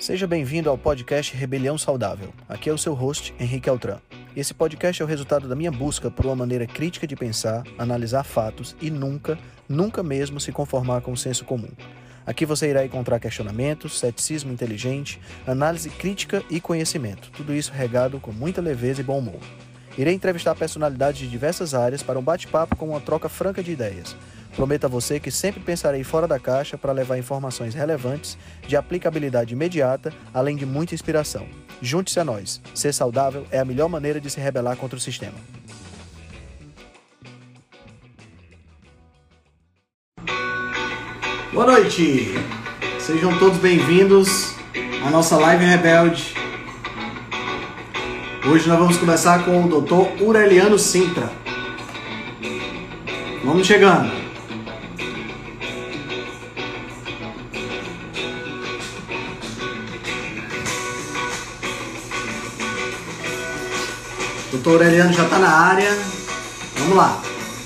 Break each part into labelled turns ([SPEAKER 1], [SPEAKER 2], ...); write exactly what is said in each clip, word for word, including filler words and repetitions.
[SPEAKER 1] Seja bem-vindo ao podcast Rebelião Saudável. Aqui é o seu host, Henrique Altran. Esse podcast é o resultado da minha busca por uma maneira crítica de pensar, analisar fatos e nunca, nunca mesmo se conformar com o senso comum. Aqui você irá encontrar questionamentos, ceticismo inteligente, análise crítica e conhecimento. Tudo isso regado com muita leveza e bom humor. Irei entrevistar personalidades de diversas áreas para um bate-papo com uma troca franca de ideias. Prometo a você que sempre pensarei fora da caixa para levar informações relevantes, de aplicabilidade imediata, além de muita inspiração. Junte-se a nós. Ser saudável é a melhor maneira de se rebelar contra o sistema. Boa noite! Sejam todos bem-vindos à nossa Live Rebelde. Hoje nós vamos conversar com o doutor Aureliano Sintra. Vamos chegando! Doutor Aureliano já está na área. Vamos lá.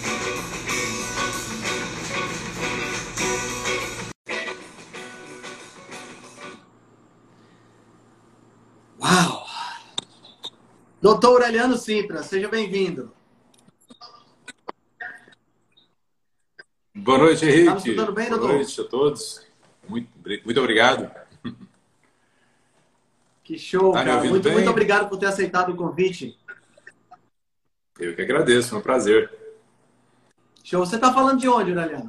[SPEAKER 1] Uau! doutor Aureliano Sintra, seja bem-vindo.
[SPEAKER 2] Boa noite, Henrique.
[SPEAKER 1] Tá me escutando bem, doutor?
[SPEAKER 2] Boa noite a todos. Muito, muito obrigado.
[SPEAKER 1] Que show,
[SPEAKER 2] tá
[SPEAKER 1] cara. Muito, muito obrigado por ter aceitado o convite.
[SPEAKER 2] Eu que agradeço, é um prazer.
[SPEAKER 1] Show. Você está falando de onde, Aureliano?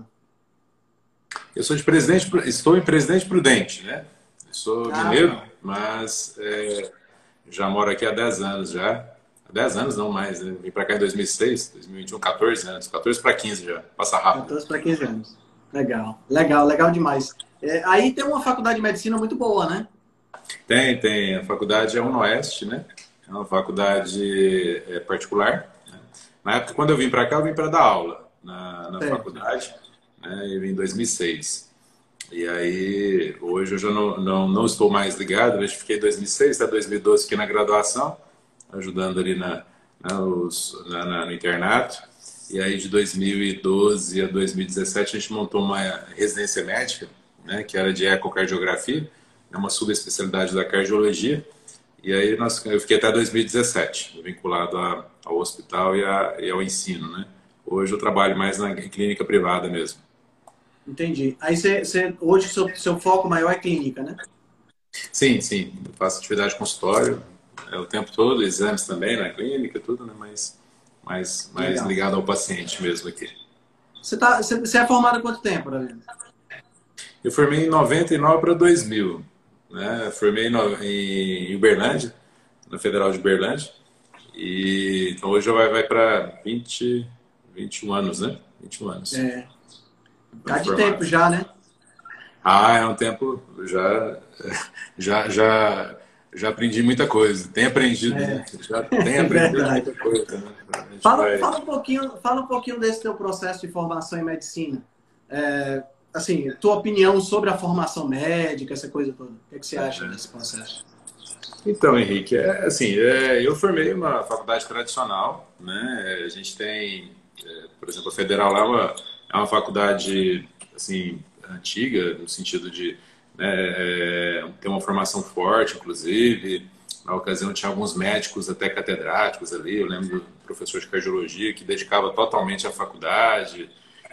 [SPEAKER 2] Eu sou de Presidente, estou em Presidente Prudente, né? Eu sou
[SPEAKER 1] Ah,
[SPEAKER 2] mineiro,
[SPEAKER 1] não.
[SPEAKER 2] mas é, já moro aqui há dez anos já. Há dez anos não mais, né? Vim para cá em dois mil e seis, dois mil e vinte e um, quatorze anos. quatorze para quinze já, passa rápido.
[SPEAKER 1] quatorze para quinze anos. Legal, legal, legal demais. É, aí tem uma faculdade de medicina muito boa, né?
[SPEAKER 2] Tem, tem. A faculdade é UniOeste, né? É uma faculdade é, particular. Né? Na época, quando eu vim para cá, eu vim para dar aula na, na faculdade. Né? Eu vim em dois mil e seis. E aí, hoje eu já não, não, não estou mais ligado. Eu fiquei em dois mil e seis até dois mil e doze aqui na graduação, ajudando ali na, na, os, na, na, no internato. E aí, de dois mil e doze a dois mil e dezessete, a gente montou uma residência médica, né? Que era de ecocardiografia. É uma subespecialidade da cardiologia. E aí nós, eu fiquei até dois mil e dezessete, vinculado a, ao hospital e, a, e ao ensino, né? Hoje eu trabalho mais na em clínica privada mesmo.
[SPEAKER 1] Entendi. Aí você, você hoje o seu, seu foco maior é clínica, né?
[SPEAKER 2] Sim, sim. Eu faço atividade de consultório é, o tempo todo, exames também na clínica, tudo, né? Mas mais, mais ligado ao paciente mesmo aqui.
[SPEAKER 1] Você, tá, você, você é formado há quanto tempo, Aureliano?
[SPEAKER 2] Eu formei em noventa e nove para dois mil. Né? Formei no, em Uberlândia, na Federal de Uberlândia. E, então hoje vai, vai para vinte, vinte e um anos, né? vinte e um anos.
[SPEAKER 1] É. Tá de tempo já, né?
[SPEAKER 2] Ah, é um tempo. Já, já, já, já aprendi muita coisa. Tem aprendido,
[SPEAKER 1] É.
[SPEAKER 2] né? Já tem aprendido
[SPEAKER 1] É
[SPEAKER 2] muita coisa. Né?
[SPEAKER 1] Fala,
[SPEAKER 2] vai...
[SPEAKER 1] fala, um pouquinho, fala um pouquinho desse teu processo de formação em medicina. É, assim, tua opinião sobre a formação médica, essa coisa toda. O que, é que você acha é. desse processo?
[SPEAKER 2] Então, Henrique, é, assim, é, eu formei uma faculdade tradicional, né? A gente tem, é, por exemplo, a Federal lá é uma, é uma faculdade, assim, antiga, no sentido de né, é, ter uma formação forte, inclusive. Na ocasião tinha alguns médicos até catedráticos ali, eu lembro do professor de cardiologia que dedicava totalmente à faculdade.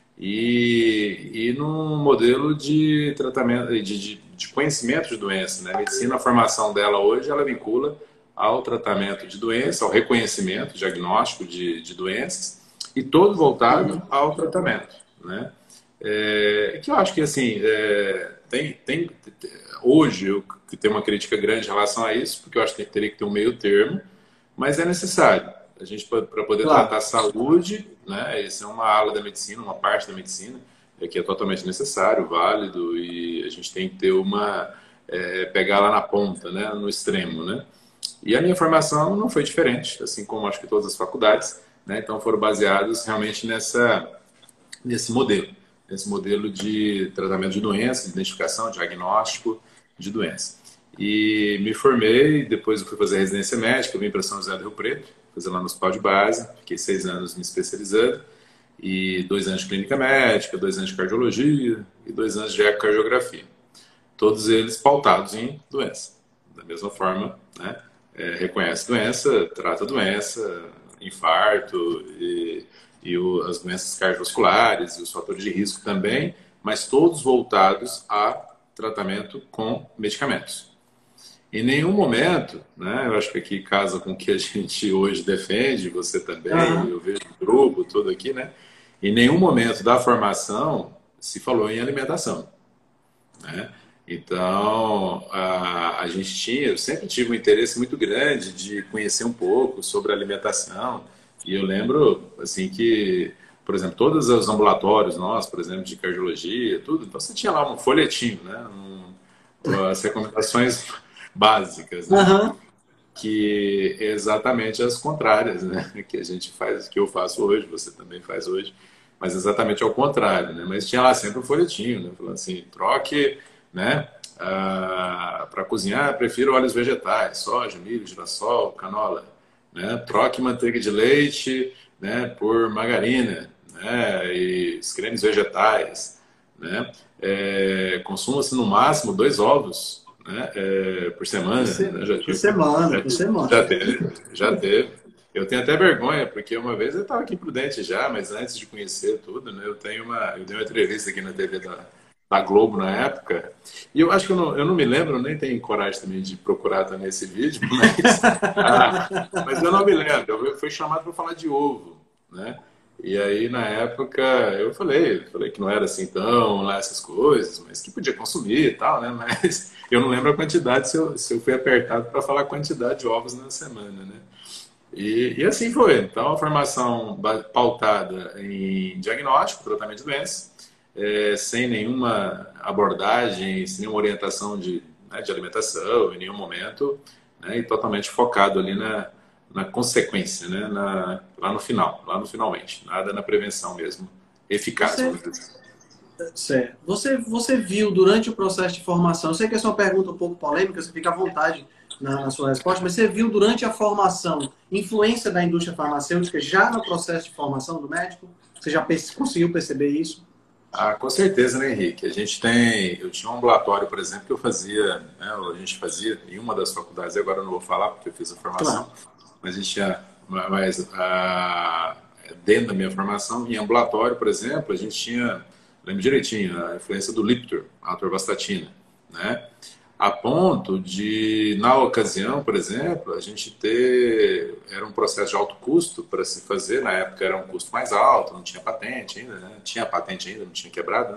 [SPEAKER 2] E, e num modelo de tratamento, de, de, de conhecimento de doença, né? A medicina, a formação dela hoje, ela vincula ao tratamento de doença, ao reconhecimento, diagnóstico de, de doenças, e todo voltado ao tratamento, né? É, que eu acho que, assim, é, tem, tem, hoje eu tenho uma crítica grande em relação a isso, porque eu acho que teria que ter um meio termo, mas é necessário. A gente, para poder claro. tratar a saúde, né, isso é uma ala da medicina, uma parte da medicina, é que é totalmente necessário, válido, e a gente tem que ter uma, é, pegar lá na ponta, né, no extremo, né. E a minha formação não foi diferente, assim como acho que todas as faculdades, né, então foram baseados realmente nessa, nesse modelo, nesse modelo de tratamento de doença, de identificação, diagnóstico de doença. E me formei, depois eu fui fazer residência médica, eu vim para São José do Rio Preto, fazer lá no hospital de base, fiquei seis anos me especializando, e dois anos de clínica médica, dois anos de cardiologia e dois anos de ecocardiografia. todos eles pautados em doença. Da mesma forma, né? É, reconhece doença, trata doença, infarto e, e o, as doenças cardiovasculares e os fatores de risco também, mas todos voltados a tratamento com medicamentos. Em nenhum momento, né, eu acho que aqui casa com o que a gente hoje defende, você também, uhum. Eu vejo o grupo, tudo aqui, né? Em nenhum momento da formação se falou em alimentação, né? Então, a, a gente tinha, eu sempre tive um interesse muito grande de conhecer um pouco sobre alimentação. E eu lembro, assim, que, por exemplo, todos os ambulatórios nossos, por exemplo, de cardiologia, tudo, então você tinha lá um folhetinho, né? Um, as recomendações básicas, né? Uhum. Que é exatamente as contrárias, né? Que a gente faz, que eu faço hoje, você também faz hoje, mas exatamente ao contrário, né? Mas tinha lá sempre um folhetinho, né? Falando assim, troque, né? Ah, para cozinhar, prefiro óleos vegetais, soja, milho, girassol, canola, né? Troque manteiga de leite, né? Por margarina, né? E os cremes vegetais, né? É, consuma-se no máximo dois ovos, né? É, por semana.
[SPEAKER 1] Por, se...
[SPEAKER 2] né? Já tive...
[SPEAKER 1] por semana,
[SPEAKER 2] já,
[SPEAKER 1] por semana.
[SPEAKER 2] Já teve, já teve. Eu tenho até vergonha, porque uma vez eu estava aqui prudente já, mas antes de conhecer tudo, né? Eu tenho uma, eu dei uma entrevista aqui na T V da da Globo na época, e eu acho que eu não, eu não me lembro, nem tenho coragem também de procurar também esse vídeo, mas, ah, mas eu não me lembro, eu fui chamado para falar de ovo, né? E aí na época eu falei, falei que não era assim tão lá essas coisas, mas que podia consumir e tal, né? Mas eu não lembro a quantidade, se eu, se eu fui apertado para falar a quantidade de ovos na semana, né? E, e assim foi. Então a formação pautada em diagnóstico, tratamento de doenças, É, sem nenhuma abordagem, sem nenhuma orientação de, né, de alimentação em nenhum momento, né, e totalmente focado ali na, na consequência, né, na, lá no final, lá no finalmente, nada na prevenção mesmo, eficaz.
[SPEAKER 1] Você, certo. Você, você viu durante o processo de formação, eu sei que essa é uma pergunta um pouco polêmica, você fica à vontade na, na sua resposta, mas você viu durante a formação influência da indústria farmacêutica já no processo de formação do médico? Você já conseguiu perceber isso?
[SPEAKER 2] Ah, com certeza, né, Henrique? A gente tem, eu tinha um ambulatório, por exemplo, que eu fazia, né, a gente fazia em uma das faculdades, agora eu não vou falar porque eu fiz a formação, claro. Mas a gente tinha, mas a, dentro da minha formação, em ambulatório, por exemplo, a gente tinha, lembro direitinho, a influência do Lipitor, a atorvastatina, né? A ponto de, na ocasião, por exemplo, a gente ter, era um processo de alto custo para se fazer, na época era um custo mais alto, não tinha patente ainda, né? Tinha patente ainda, não tinha quebrado, né?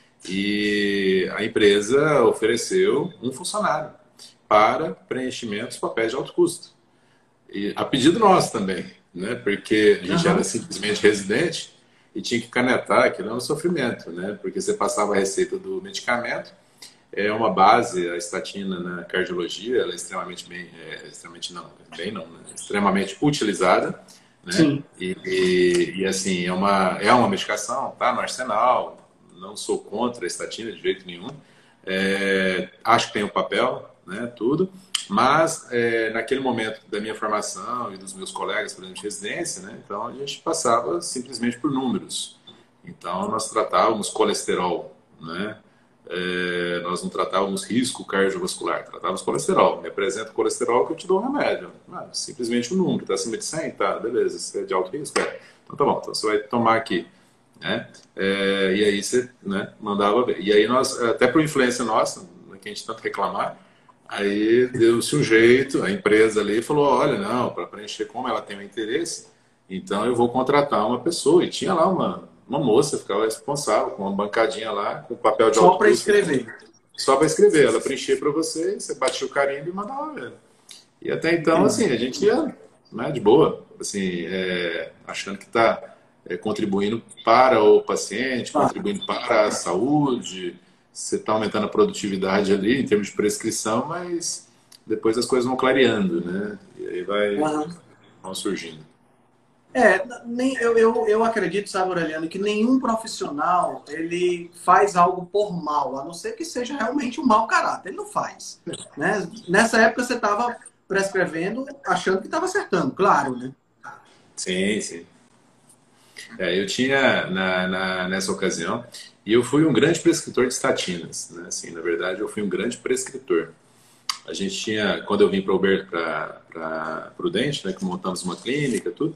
[SPEAKER 2] E a empresa ofereceu um funcionário para preenchimento dos papéis de alto custo. E a pedido nosso também, né? Porque a gente uhum. era simplesmente residente e tinha que canetar, aquilo era um sofrimento, né? Porque você passava a receita do medicamento, é uma base, a estatina na cardiologia, ela é extremamente bem, é, extremamente não, bem não, né? Extremamente utilizada, né? Sim. E, e, e assim, é uma, é uma medicação, tá no arsenal, não sou contra a estatina de jeito nenhum, é, acho que tem um papel, né, tudo, mas é, naquele momento da minha formação e dos meus colegas, por exemplo, de residência, né, então a gente passava simplesmente por números, então nós tratávamos colesterol, né, É, nós não tratávamos risco cardiovascular, tratávamos colesterol. Me apresenta o colesterol que eu te dou um remédio. Ah, simplesmente um número, está acima de cem? Tá, beleza, você é de alto risco? É. Então tá bom, então você vai tomar aqui. Né? É, e aí você, né, mandava ver. E aí nós, até por influência nossa, que a gente tanto reclamar, aí deu-se um jeito, a empresa ali falou, olha, não, para preencher como ela tem um interesse, então eu vou contratar uma pessoa. E tinha lá uma... Uma moça ficava responsável, com uma bancadinha lá, com papel de
[SPEAKER 1] Só para escrever.
[SPEAKER 2] Só para escrever. Ela preenchia para você, você batia o carimbo e mandava ver. E até então, assim, a gente ia, né, de boa, assim, é, achando que está é, contribuindo para o paciente, ah. contribuindo para a saúde, você está aumentando a produtividade ali em termos de prescrição, mas depois as coisas vão clareando, né? E aí vai, ah. vão surgindo.
[SPEAKER 1] É, nem, eu, eu, eu acredito, sabe, Aureliano, que nenhum profissional ele faz algo por mal, a não ser que seja realmente um mau caráter. Ele não faz. Né? Nessa época você estava prescrevendo achando que estava acertando, claro, né?
[SPEAKER 2] Sim, sim. É, eu tinha, na, na- nessa ocasião, e eu fui um grande prescritor de estatinas, né? Assim, na verdade, eu fui um grande prescritor. A gente tinha, quando eu vim para Prudente, né, que montamos uma clínica, tudo,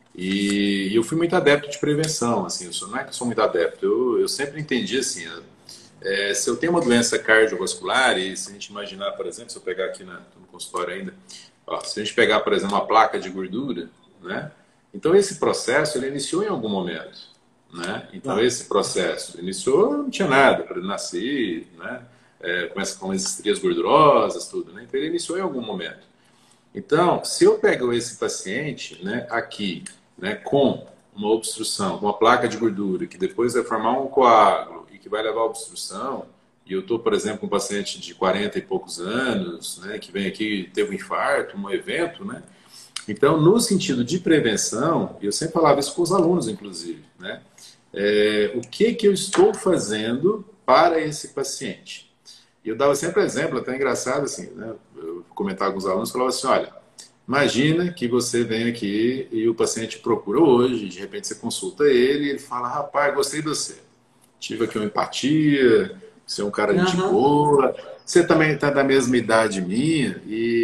[SPEAKER 2] e, e eu fui muito adepto de prevenção, assim, eu sou, não é que eu sou muito adepto, eu, eu sempre entendi assim, é, se eu tenho uma doença cardiovascular, e se a gente imaginar, por exemplo, se eu pegar aqui na, no consultório ainda, ó, se a gente pegar, por exemplo, uma placa de gordura, né? Então esse processo ele iniciou em algum momento, né? Então
[SPEAKER 1] Claro.
[SPEAKER 2] esse processo iniciou, não tinha nada para ele nascer, né? É, começa com as estrias gordurosas, tudo, né? Então ele iniciou em algum momento. Então, se eu pego esse paciente, né, aqui, né, com uma obstrução, com uma placa de gordura, que depois vai formar um coágulo e que vai levar à obstrução, e eu estou, por exemplo, com um paciente de quarenta e poucos anos, né, que vem aqui, teve um infarto, um evento, né? Então, no sentido de prevenção, eu sempre falava isso com os alunos, inclusive, né? É, o que que eu estou fazendo para esse paciente? E eu dava sempre exemplo, até engraçado, assim, né? Eu comentava com os alunos, falava assim, olha, imagina que você vem aqui e o paciente procura hoje, de repente você consulta ele e ele fala, rapaz, gostei de você. Tive aqui uma empatia, você é um cara de
[SPEAKER 1] Aham.
[SPEAKER 2] boa, você também está da mesma idade minha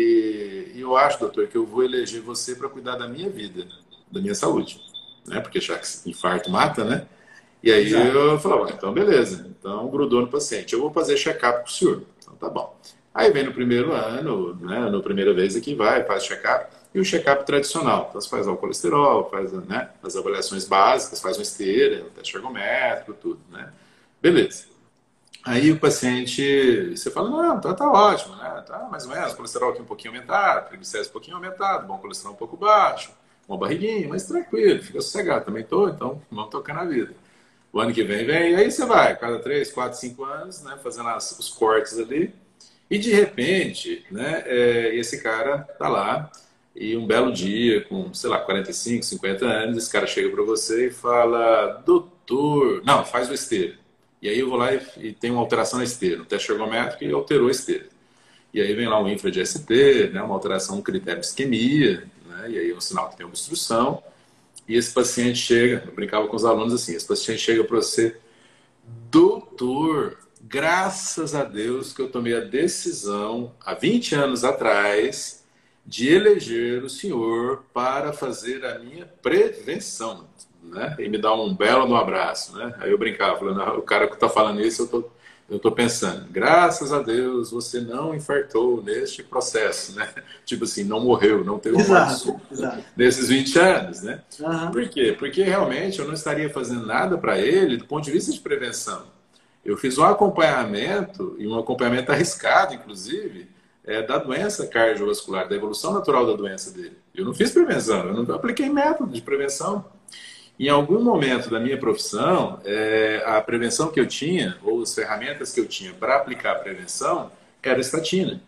[SPEAKER 2] e, e eu acho, doutor, que eu vou eleger você para cuidar da minha vida, da minha saúde, né? Porque já que infarto mata, né? E aí
[SPEAKER 1] Exato.
[SPEAKER 2] eu falava, ah, então beleza, então grudou no paciente, eu vou fazer check-up com o senhor. Então tá bom. Aí vem no primeiro ano, né, na primeira vez aqui vai, faz check-up, e o check-up tradicional. Então você faz lá o colesterol, faz, né, as avaliações básicas, faz uma esteira, um teste ergométrico, tudo, né? Beleza. Aí o paciente, você fala, não, tá, tá ótimo, né? Tá mais ou menos, colesterol aqui um pouquinho aumentado, triglicéridos um pouquinho aumentado, bom colesterol um pouco baixo, uma barriguinha, mas tranquilo, fica sossegado, também tô, então vamos tocando a vida. O ano que vem, vem, e aí você vai, cada três, quatro, cinco anos, né, fazendo as, os cortes ali, e de repente, né, é, esse cara tá lá, e um belo dia, com, sei lá, quarenta e cinco, cinquenta anos, esse cara chega para você e fala, doutor, não, faz o esteiro. E aí eu vou lá e, e tem uma alteração na esteira, um teste ergométrico e alterou a esteira. E aí vem lá um infra de S T, né, uma alteração no critério de isquemia, né, e aí é um sinal que tem obstrução, e esse paciente chega, eu brincava com os alunos assim, esse paciente chega para você, doutor, graças a Deus que eu tomei a decisão, há vinte anos atrás, de eleger o senhor para fazer a minha prevenção, né? E me dá um belo no abraço, né? Aí eu brincava, falando, o cara que está falando isso, eu tô, eu tô pensando, graças a Deus você não infartou neste processo, né? Tipo assim, não morreu, não teve uma morte
[SPEAKER 1] Exato,
[SPEAKER 2] súbita
[SPEAKER 1] exato.
[SPEAKER 2] nesses vinte anos, né?
[SPEAKER 1] Aham.
[SPEAKER 2] Por quê? Porque realmente eu não estaria fazendo nada para ele do ponto de vista de prevenção. Eu fiz um acompanhamento, e um acompanhamento arriscado, inclusive, é, da doença cardiovascular, da evolução natural da doença dele. Eu não fiz prevenção, eu não apliquei método de prevenção. Em algum momento da minha profissão, é, a prevenção que eu tinha, ou as ferramentas que eu tinha para aplicar a prevenção, era estatina.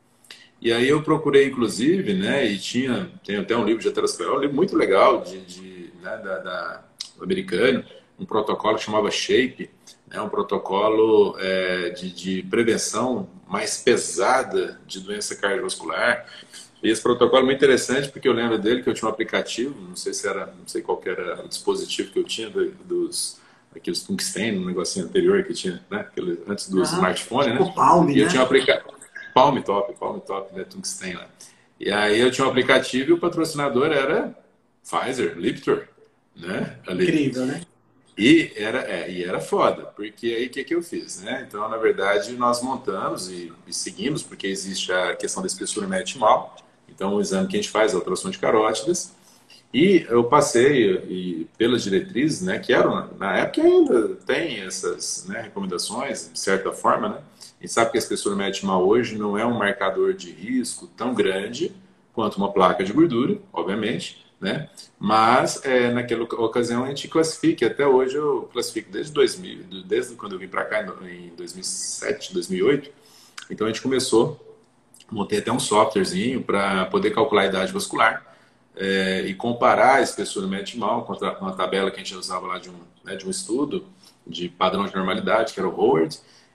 [SPEAKER 2] E aí eu procurei, inclusive, né, e tinha, tem até um livro de aterosclerose, um livro muito legal, de, de, né, da, da, do americano, um protocolo que chamava SHAPE, né, um protocolo é, de, de prevenção mais pesada de doença cardiovascular. E esse protocolo é muito interessante, porque eu lembro dele que eu tinha um aplicativo, não sei se era, não sei qual que era o dispositivo que eu tinha do, dos aqueles tungstênio, um negocinho anterior que tinha, né, aquele, antes do
[SPEAKER 1] Aham.
[SPEAKER 2] smartphone,
[SPEAKER 1] Tipo
[SPEAKER 2] né?
[SPEAKER 1] Palme,
[SPEAKER 2] E eu tinha um
[SPEAKER 1] né?
[SPEAKER 2] aplicativo Palm Top, Palm Top, né, tungsten lá. E aí eu tinha um aplicativo e o patrocinador era Pfizer, Lipitor, né, ali.
[SPEAKER 1] Incrível, né?
[SPEAKER 2] E era, é, e era foda, porque aí o que, que eu fiz, né? Então, na verdade, nós montamos e, e seguimos, porque existe a questão da espessura média-timal. Então, o exame que a gente faz é a ultrassom de carótidas. E eu passei e, pelas diretrizes, né, que eram, na época ainda tem essas, né, recomendações, de certa forma, né? A gente sabe que a espessura média-timal hoje não é um marcador de risco tão grande quanto uma placa de gordura, obviamente, né? Mas é, naquela ocasião a gente classifica, até hoje eu classifico desde dois mil, desde quando eu vim para cá em dois mil e sete, dois mil e oito. Então a gente começou, montei até um softwarezinho para poder calcular a idade vascular é, e comparar a espessura média-timal com uma tabela que a gente usava lá de um, né, de um estudo de padrão de normalidade, que era o Howard,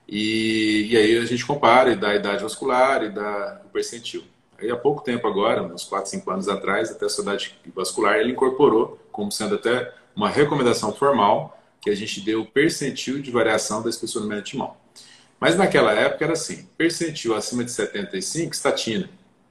[SPEAKER 2] e, e aí a gente compara e dá a idade vascular e dá o percentil. Aí há pouco tempo agora, uns quatro, cinco anos atrás, até a sociedade vascular ele incorporou, como sendo até uma recomendação formal que a gente deu o percentil de variação da espessura do médio timão. Mas naquela época era assim, percentil acima de setenta e cinco, estatina.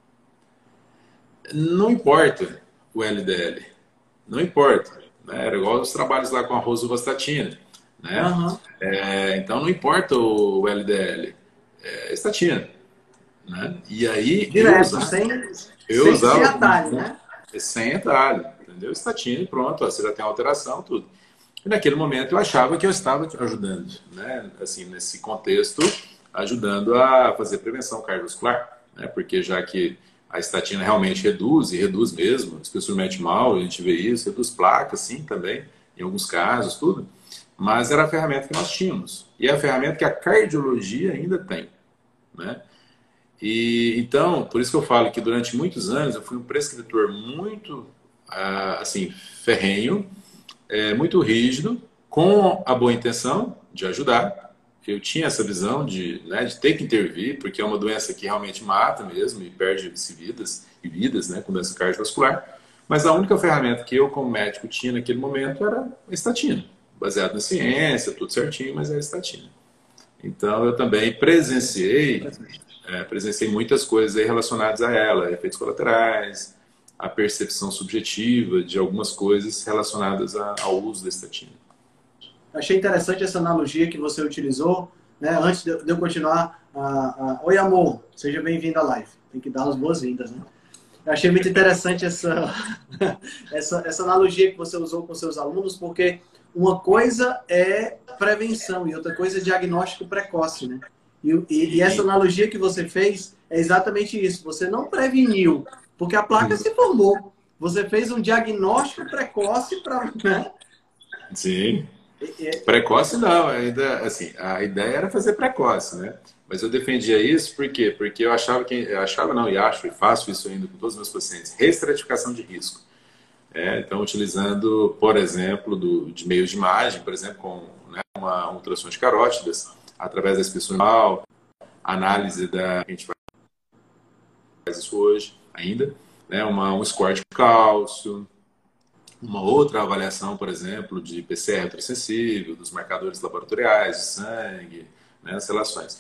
[SPEAKER 2] Não importa o L D L, não importa. Né? Era igual os trabalhos lá com a rosuvastatina. Né?
[SPEAKER 3] Uhum.
[SPEAKER 2] É, então não importa o L D L, é estatina. Né? E aí
[SPEAKER 3] direto,
[SPEAKER 2] eu usava,
[SPEAKER 3] sem,
[SPEAKER 2] eu
[SPEAKER 3] sem,
[SPEAKER 2] usava
[SPEAKER 3] sem atalho, né?
[SPEAKER 2] Sem atalho, entendeu? Estatina e pronto, ó, você já tem alteração, tudo. E naquele momento eu achava que eu estava ajudando, né? Assim, nesse contexto, ajudando a fazer prevenção cardiovascular, né? Porque já que a estatina realmente reduz, e reduz mesmo, espessura médio mal, a gente vê isso, reduz placa, sim, também, em alguns casos, tudo. Mas era a ferramenta que nós tínhamos. E é a ferramenta que a cardiologia ainda tem, né? E então, por isso que eu falo que durante muitos anos eu fui um prescritor muito, assim, ferrenho, é, muito rígido, com a boa intenção de ajudar. Eu tinha essa visão de, né, de ter que intervir, porque é uma doença que realmente mata mesmo e perde-se vidas e vidas, né, com doença cardiovascular. Mas a única ferramenta que eu, como médico, tinha naquele momento era a estatina, baseado na ciência, tudo certinho, mas era a estatina. Então, eu também presenciei, é, presenciei muitas coisas aí relacionadas a ela, efeitos colaterais, a percepção subjetiva de algumas coisas relacionadas a, ao uso da estatina.
[SPEAKER 3] Achei interessante essa analogia que você utilizou, né? Antes de eu continuar, a, a... oi amor, seja bem-vindo à live. Tem que dar as boas-vindas, né? Eu achei muito interessante essa, essa, essa analogia que você usou com seus alunos, porque uma coisa é prevenção e outra coisa é diagnóstico precoce, né? E, e, e essa analogia que você fez é exatamente isso. Você não preveniu, porque a placa se formou. Você fez um diagnóstico precoce para... Né?
[SPEAKER 2] Sim. Precoce não, ainda assim, a ideia era fazer precoce, né? Mas eu defendia isso por quê? Porque eu achava que, eu achava não, e acho, e faço isso ainda com todos os meus pacientes, reestratificação de risco. É, então, utilizando, por exemplo, do, de meios de imagem, por exemplo, com, né, uma ultrassom de carótidas, através da espessura normal, análise da... A gente faz isso hoje ainda, né, uma, um score de cálcio, uma outra avaliação, por exemplo, de P C R ultrassensível, dos marcadores laboratoriais de sangue, né, as relações.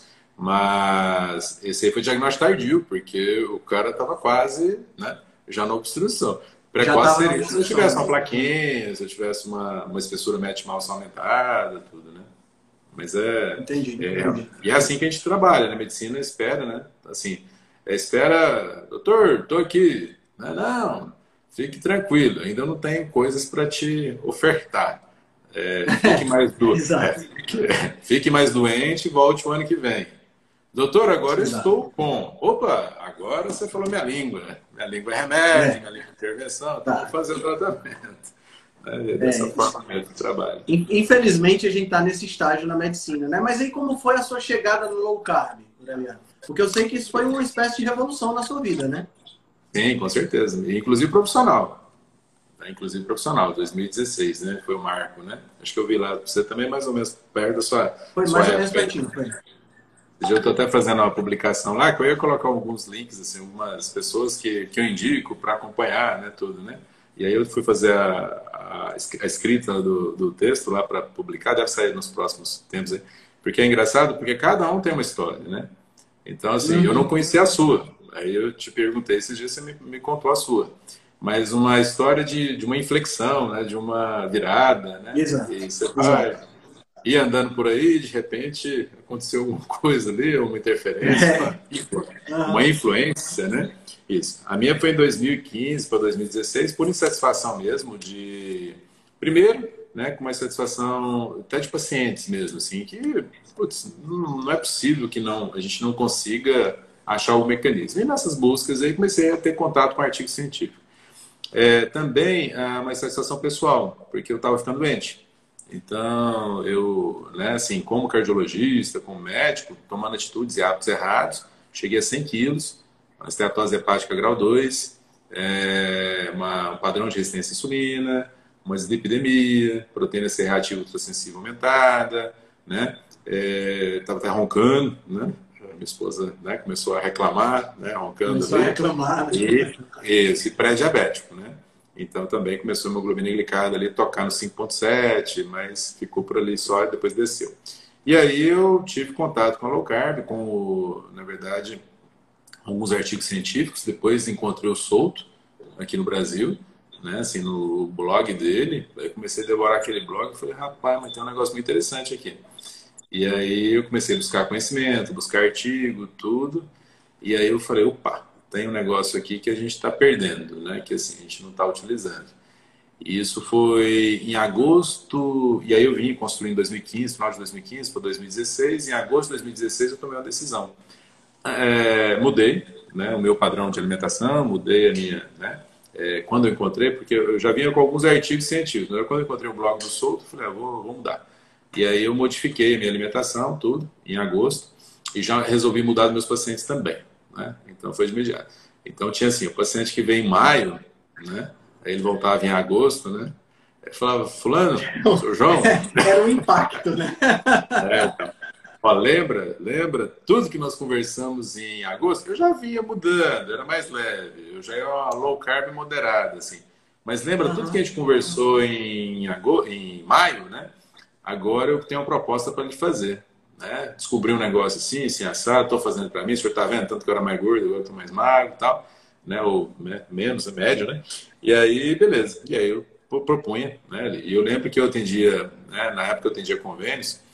[SPEAKER 2] Mas esse aí foi diagnóstico tardio, porque o cara estava quase, né, já na obstrução. Precoce seria se eu tivesse uma plaquinha, se eu tivesse uma, uma espessura média-mal aumentada, tudo, né? Mas é,
[SPEAKER 3] entendi,
[SPEAKER 2] é,
[SPEAKER 3] entendi.
[SPEAKER 2] E é assim que a gente trabalha, né? Medicina espera, né? Assim, é, espera, doutor, tô aqui. Não, não, fique tranquilo, ainda não tenho coisas para te ofertar. É, fique, mais do... é, fique, é, fique mais doente e volte o ano que vem. Doutor, agora eu estou com. Opa, agora você falou minha língua, né? Minha língua é remédio, é. minha língua é intervenção, então tá. Vou fazer o tratamento. É dessa é, forma mesmo que trabalho.
[SPEAKER 3] Infelizmente, a gente está nesse estágio na medicina, né? Mas aí como foi a sua chegada no low carb, Aureliano? Porque eu sei que isso foi uma espécie de revolução na sua vida, né?
[SPEAKER 2] Sim, com certeza. Inclusive profissional. Inclusive profissional, dois mil e dezesseis, né? Foi o marco, né? Acho que eu vi lá, você também mais ou menos perto da sua
[SPEAKER 3] Foi
[SPEAKER 2] sua
[SPEAKER 3] mais ou menos pertinho, foi.
[SPEAKER 2] Eu estou até fazendo uma publicação lá, que eu ia colocar alguns links, assim, algumas pessoas que, que eu indico para acompanhar, né, tudo, né? E aí eu fui fazer a, a, a escrita do, do texto lá para publicar, deve sair nos próximos tempos aí. Porque é engraçado, porque cada um tem uma história, né? Então, assim, uhum. eu não conhecia a sua. Aí eu te perguntei esses dias, você me, me contou a sua. Mas uma história de, de uma inflexão, né? De uma virada, né?
[SPEAKER 3] Exato.
[SPEAKER 2] E você vai... E andando por aí, de repente, aconteceu alguma coisa ali, uma interferência, uma, uma influência, né? Isso. A minha foi em dois mil e quinze para dois mil e dezesseis, por insatisfação mesmo de... Primeiro, né, com uma insatisfação até de pacientes mesmo, assim, que, putz, não é possível que não, a gente não consiga achar o mecanismo. E nessas buscas aí comecei a ter contato com artigo científico. É, também uma insatisfação pessoal, porque eu estava ficando doente. Então, eu, né, assim, como cardiologista, como médico, tomando atitudes e hábitos errados, cheguei a cem quilos, uma esteatose hepática grau dois, é, uma, um padrão de resistência à insulina, uma dislipidemia, proteína C reativa ultrassensível aumentada, né? Estava é, até roncando, né? Minha esposa, né, começou a reclamar, né, roncando
[SPEAKER 3] começou
[SPEAKER 2] ali.
[SPEAKER 3] a reclamar.
[SPEAKER 2] E esse pré-diabético, né? Então também começou a hemoglobina glicada ali tocar no cinco ponto sete, mas ficou por ali só e depois desceu. E aí eu tive contato com a low carb, com, o, na verdade, alguns artigos científicos. Depois encontrei o Souto aqui no Brasil, né, assim, no blog dele. Aí comecei a devorar aquele blog e falei, rapaz, mas tem um negócio muito interessante aqui. E aí eu comecei a buscar conhecimento, buscar artigo, tudo. E aí eu falei, opa, tem um negócio aqui que a gente está perdendo, né? Que assim, a gente não está utilizando. E isso foi em agosto, e aí eu vim construindo em dois mil e quinze, final de dois mil e quinze para dois mil e dezesseis. Em agosto de dois mil e dezesseis eu tomei uma decisão. É, mudei, né, o meu padrão de alimentação, mudei a minha, né, é, quando eu encontrei, porque eu já vinha com alguns artigos científicos, né, quando eu encontrei o blog do Souto, eu falei, ah, vou, vou mudar. E aí eu modifiquei a minha alimentação, tudo, em agosto, e já resolvi mudar dos meus pacientes também, né, então foi de imediato. Então tinha assim, o paciente que veio em maio, né, aí ele voltava em agosto, né, ele falava, fulano, seu João...
[SPEAKER 3] Era um impacto, né?
[SPEAKER 2] É, então. Ó, lembra, lembra tudo que nós conversamos em agosto? Eu já vinha mudando, era mais leve, eu já ia uma low carb moderada, assim. Mas lembra
[SPEAKER 3] Uhum.
[SPEAKER 2] tudo que a gente conversou em, agosto, em maio, né? Agora eu tenho uma proposta para lhe fazer, né? Descobri um negócio assim, assim, assado, estou fazendo para mim, o senhor está vendo? Tanto que eu era mais gordo, agora eu estou mais magro e tal, né? Ou né? menos, médio, né? E aí, beleza. E aí eu propunha, né? E eu lembro que eu atendia, né? Na época eu atendia convênios,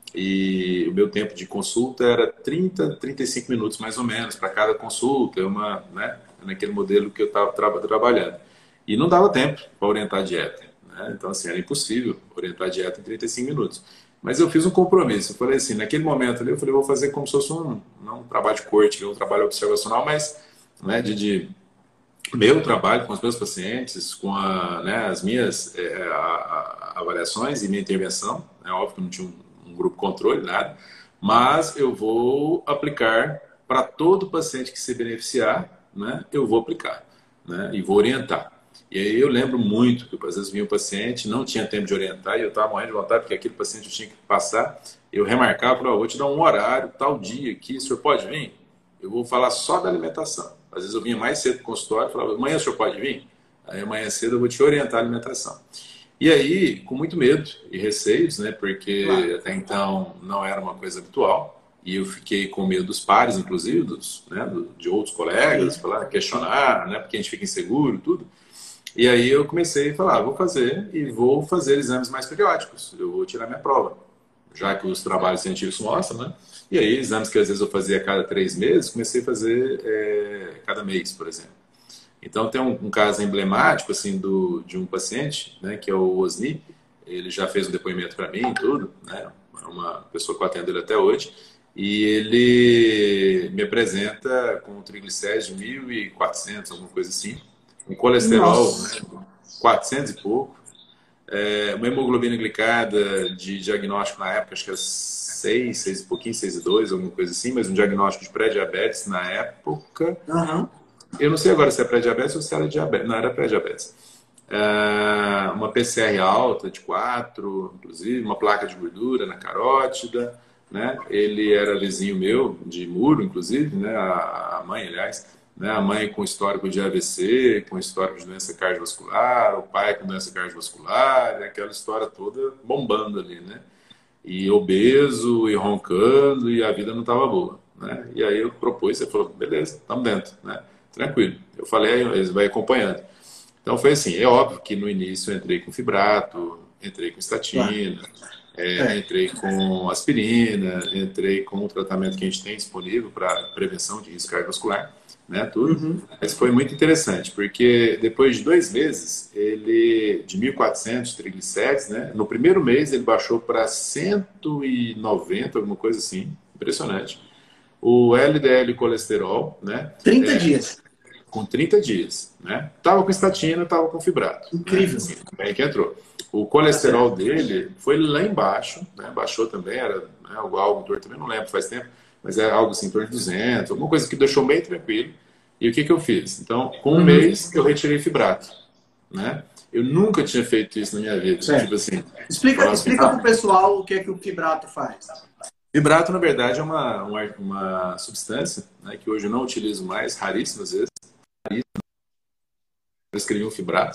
[SPEAKER 2] e o meu tempo de consulta era trinta, trinta e cinco minutos mais ou menos para cada consulta, uma, né, naquele modelo que eu estava tra trabalhando. E não dava tempo para orientar a dieta, né? Então, assim, era impossível orientar a dieta em trinta e cinco minutos. Mas eu fiz um compromisso. Eu falei assim, naquele momento ali, eu falei, vou fazer como se fosse um, não um trabalho de corte, um trabalho observacional, mas né, de, de meu trabalho com os meus pacientes, com a, né, as minhas é, a, a, avaliações e minha intervenção. É óbvio que não tinha um um grupo controle, nada, mas eu vou aplicar para todo paciente que se beneficiar, né, eu vou aplicar, né, e vou orientar. E aí eu lembro muito que às vezes vinha um paciente, não tinha tempo de orientar, e eu estava morrendo de vontade, porque aquele paciente eu tinha que passar, eu remarcava, falava, vou te dar um horário, tal dia aqui, o senhor pode vir? Eu vou falar só da alimentação. Às vezes eu vinha mais cedo para o consultório, falava, amanhã o senhor pode vir? Aí amanhã cedo eu vou te orientar a alimentação. E aí, com muito medo e receios, né? Porque claro, até então não era uma coisa habitual. E eu fiquei com medo dos pares, inclusive, dos, né, de outros colegas, falar, questionar, né? Porque a gente fica inseguro, tudo. E aí eu comecei a falar, vou fazer e vou fazer exames mais periódicos. Eu vou tirar minha prova, já que os trabalhos científicos mostram, né? E aí, exames que às vezes eu fazia a cada três meses, comecei a fazer é, cada mês, por exemplo. Então, tem um, um caso emblemático assim, do, de um paciente, né, que é o Osni. Ele já fez um depoimento para mim e tudo, né, é uma pessoa que eu atendo ele até hoje. E ele me apresenta com um triglicérides de mil e quatrocentos, alguma coisa assim. Um colesterol, né, quatrocentos e pouco. É, uma hemoglobina glicada de diagnóstico na época, acho que era seis, seis e pouquinho, seis e dois, alguma coisa assim. Mas um diagnóstico de pré-diabetes na época.
[SPEAKER 3] Uhum.
[SPEAKER 2] Eu não sei agora se é pré-diabetes ou se era diabetes. Não, era pré-diabetes. É, uma P C R alta de quatro, inclusive, uma placa de gordura na carótida, né? Ele era vizinho meu, de muro, inclusive, né? A, a mãe, aliás, né? A mãe com histórico de A V C, com histórico de doença cardiovascular, o pai com doença cardiovascular, aquela história toda bombando ali, né? E obeso, e roncando, e a vida não estava boa, né? E aí eu propus, você falou, beleza, estamos dentro, né? Tranquilo. Eu falei, eles vai acompanhando. Então foi assim, é óbvio que no início eu entrei com fibrato, entrei com estatina, é, é. entrei com aspirina, entrei com o tratamento que a gente tem disponível para prevenção de risco cardiovascular, né, tudo. Uhum. Mas foi muito interessante, porque depois de dois meses, ele, de mil e quatrocentos triglicérides, né, no primeiro mês ele baixou para cento e noventa, alguma coisa assim, impressionante. O L D L colesterol, né?
[SPEAKER 3] trinta
[SPEAKER 2] é,
[SPEAKER 3] dias.
[SPEAKER 2] Com trinta dias, né? Tava com estatina, tava com fibrato.
[SPEAKER 3] Incrível.
[SPEAKER 2] Né? Bem que entrou. O colesterol dele foi lá embaixo, né? Baixou também, era né, algo, algo em torno, também não lembro, faz tempo, mas era algo assim, em torno de duzentos, alguma coisa que deixou bem tranquilo. E o que que eu fiz? Então, com um uhum. mês, eu retirei fibrato, né? Eu nunca tinha feito isso na minha vida. Certo. Tipo assim,
[SPEAKER 3] explica explica para o pessoal o que é que o fibrato faz.
[SPEAKER 2] Fibrato, na verdade, é uma, uma, uma substância, né, que hoje eu não utilizo mais, raríssimas vezes. Eu escrevi um fibrato,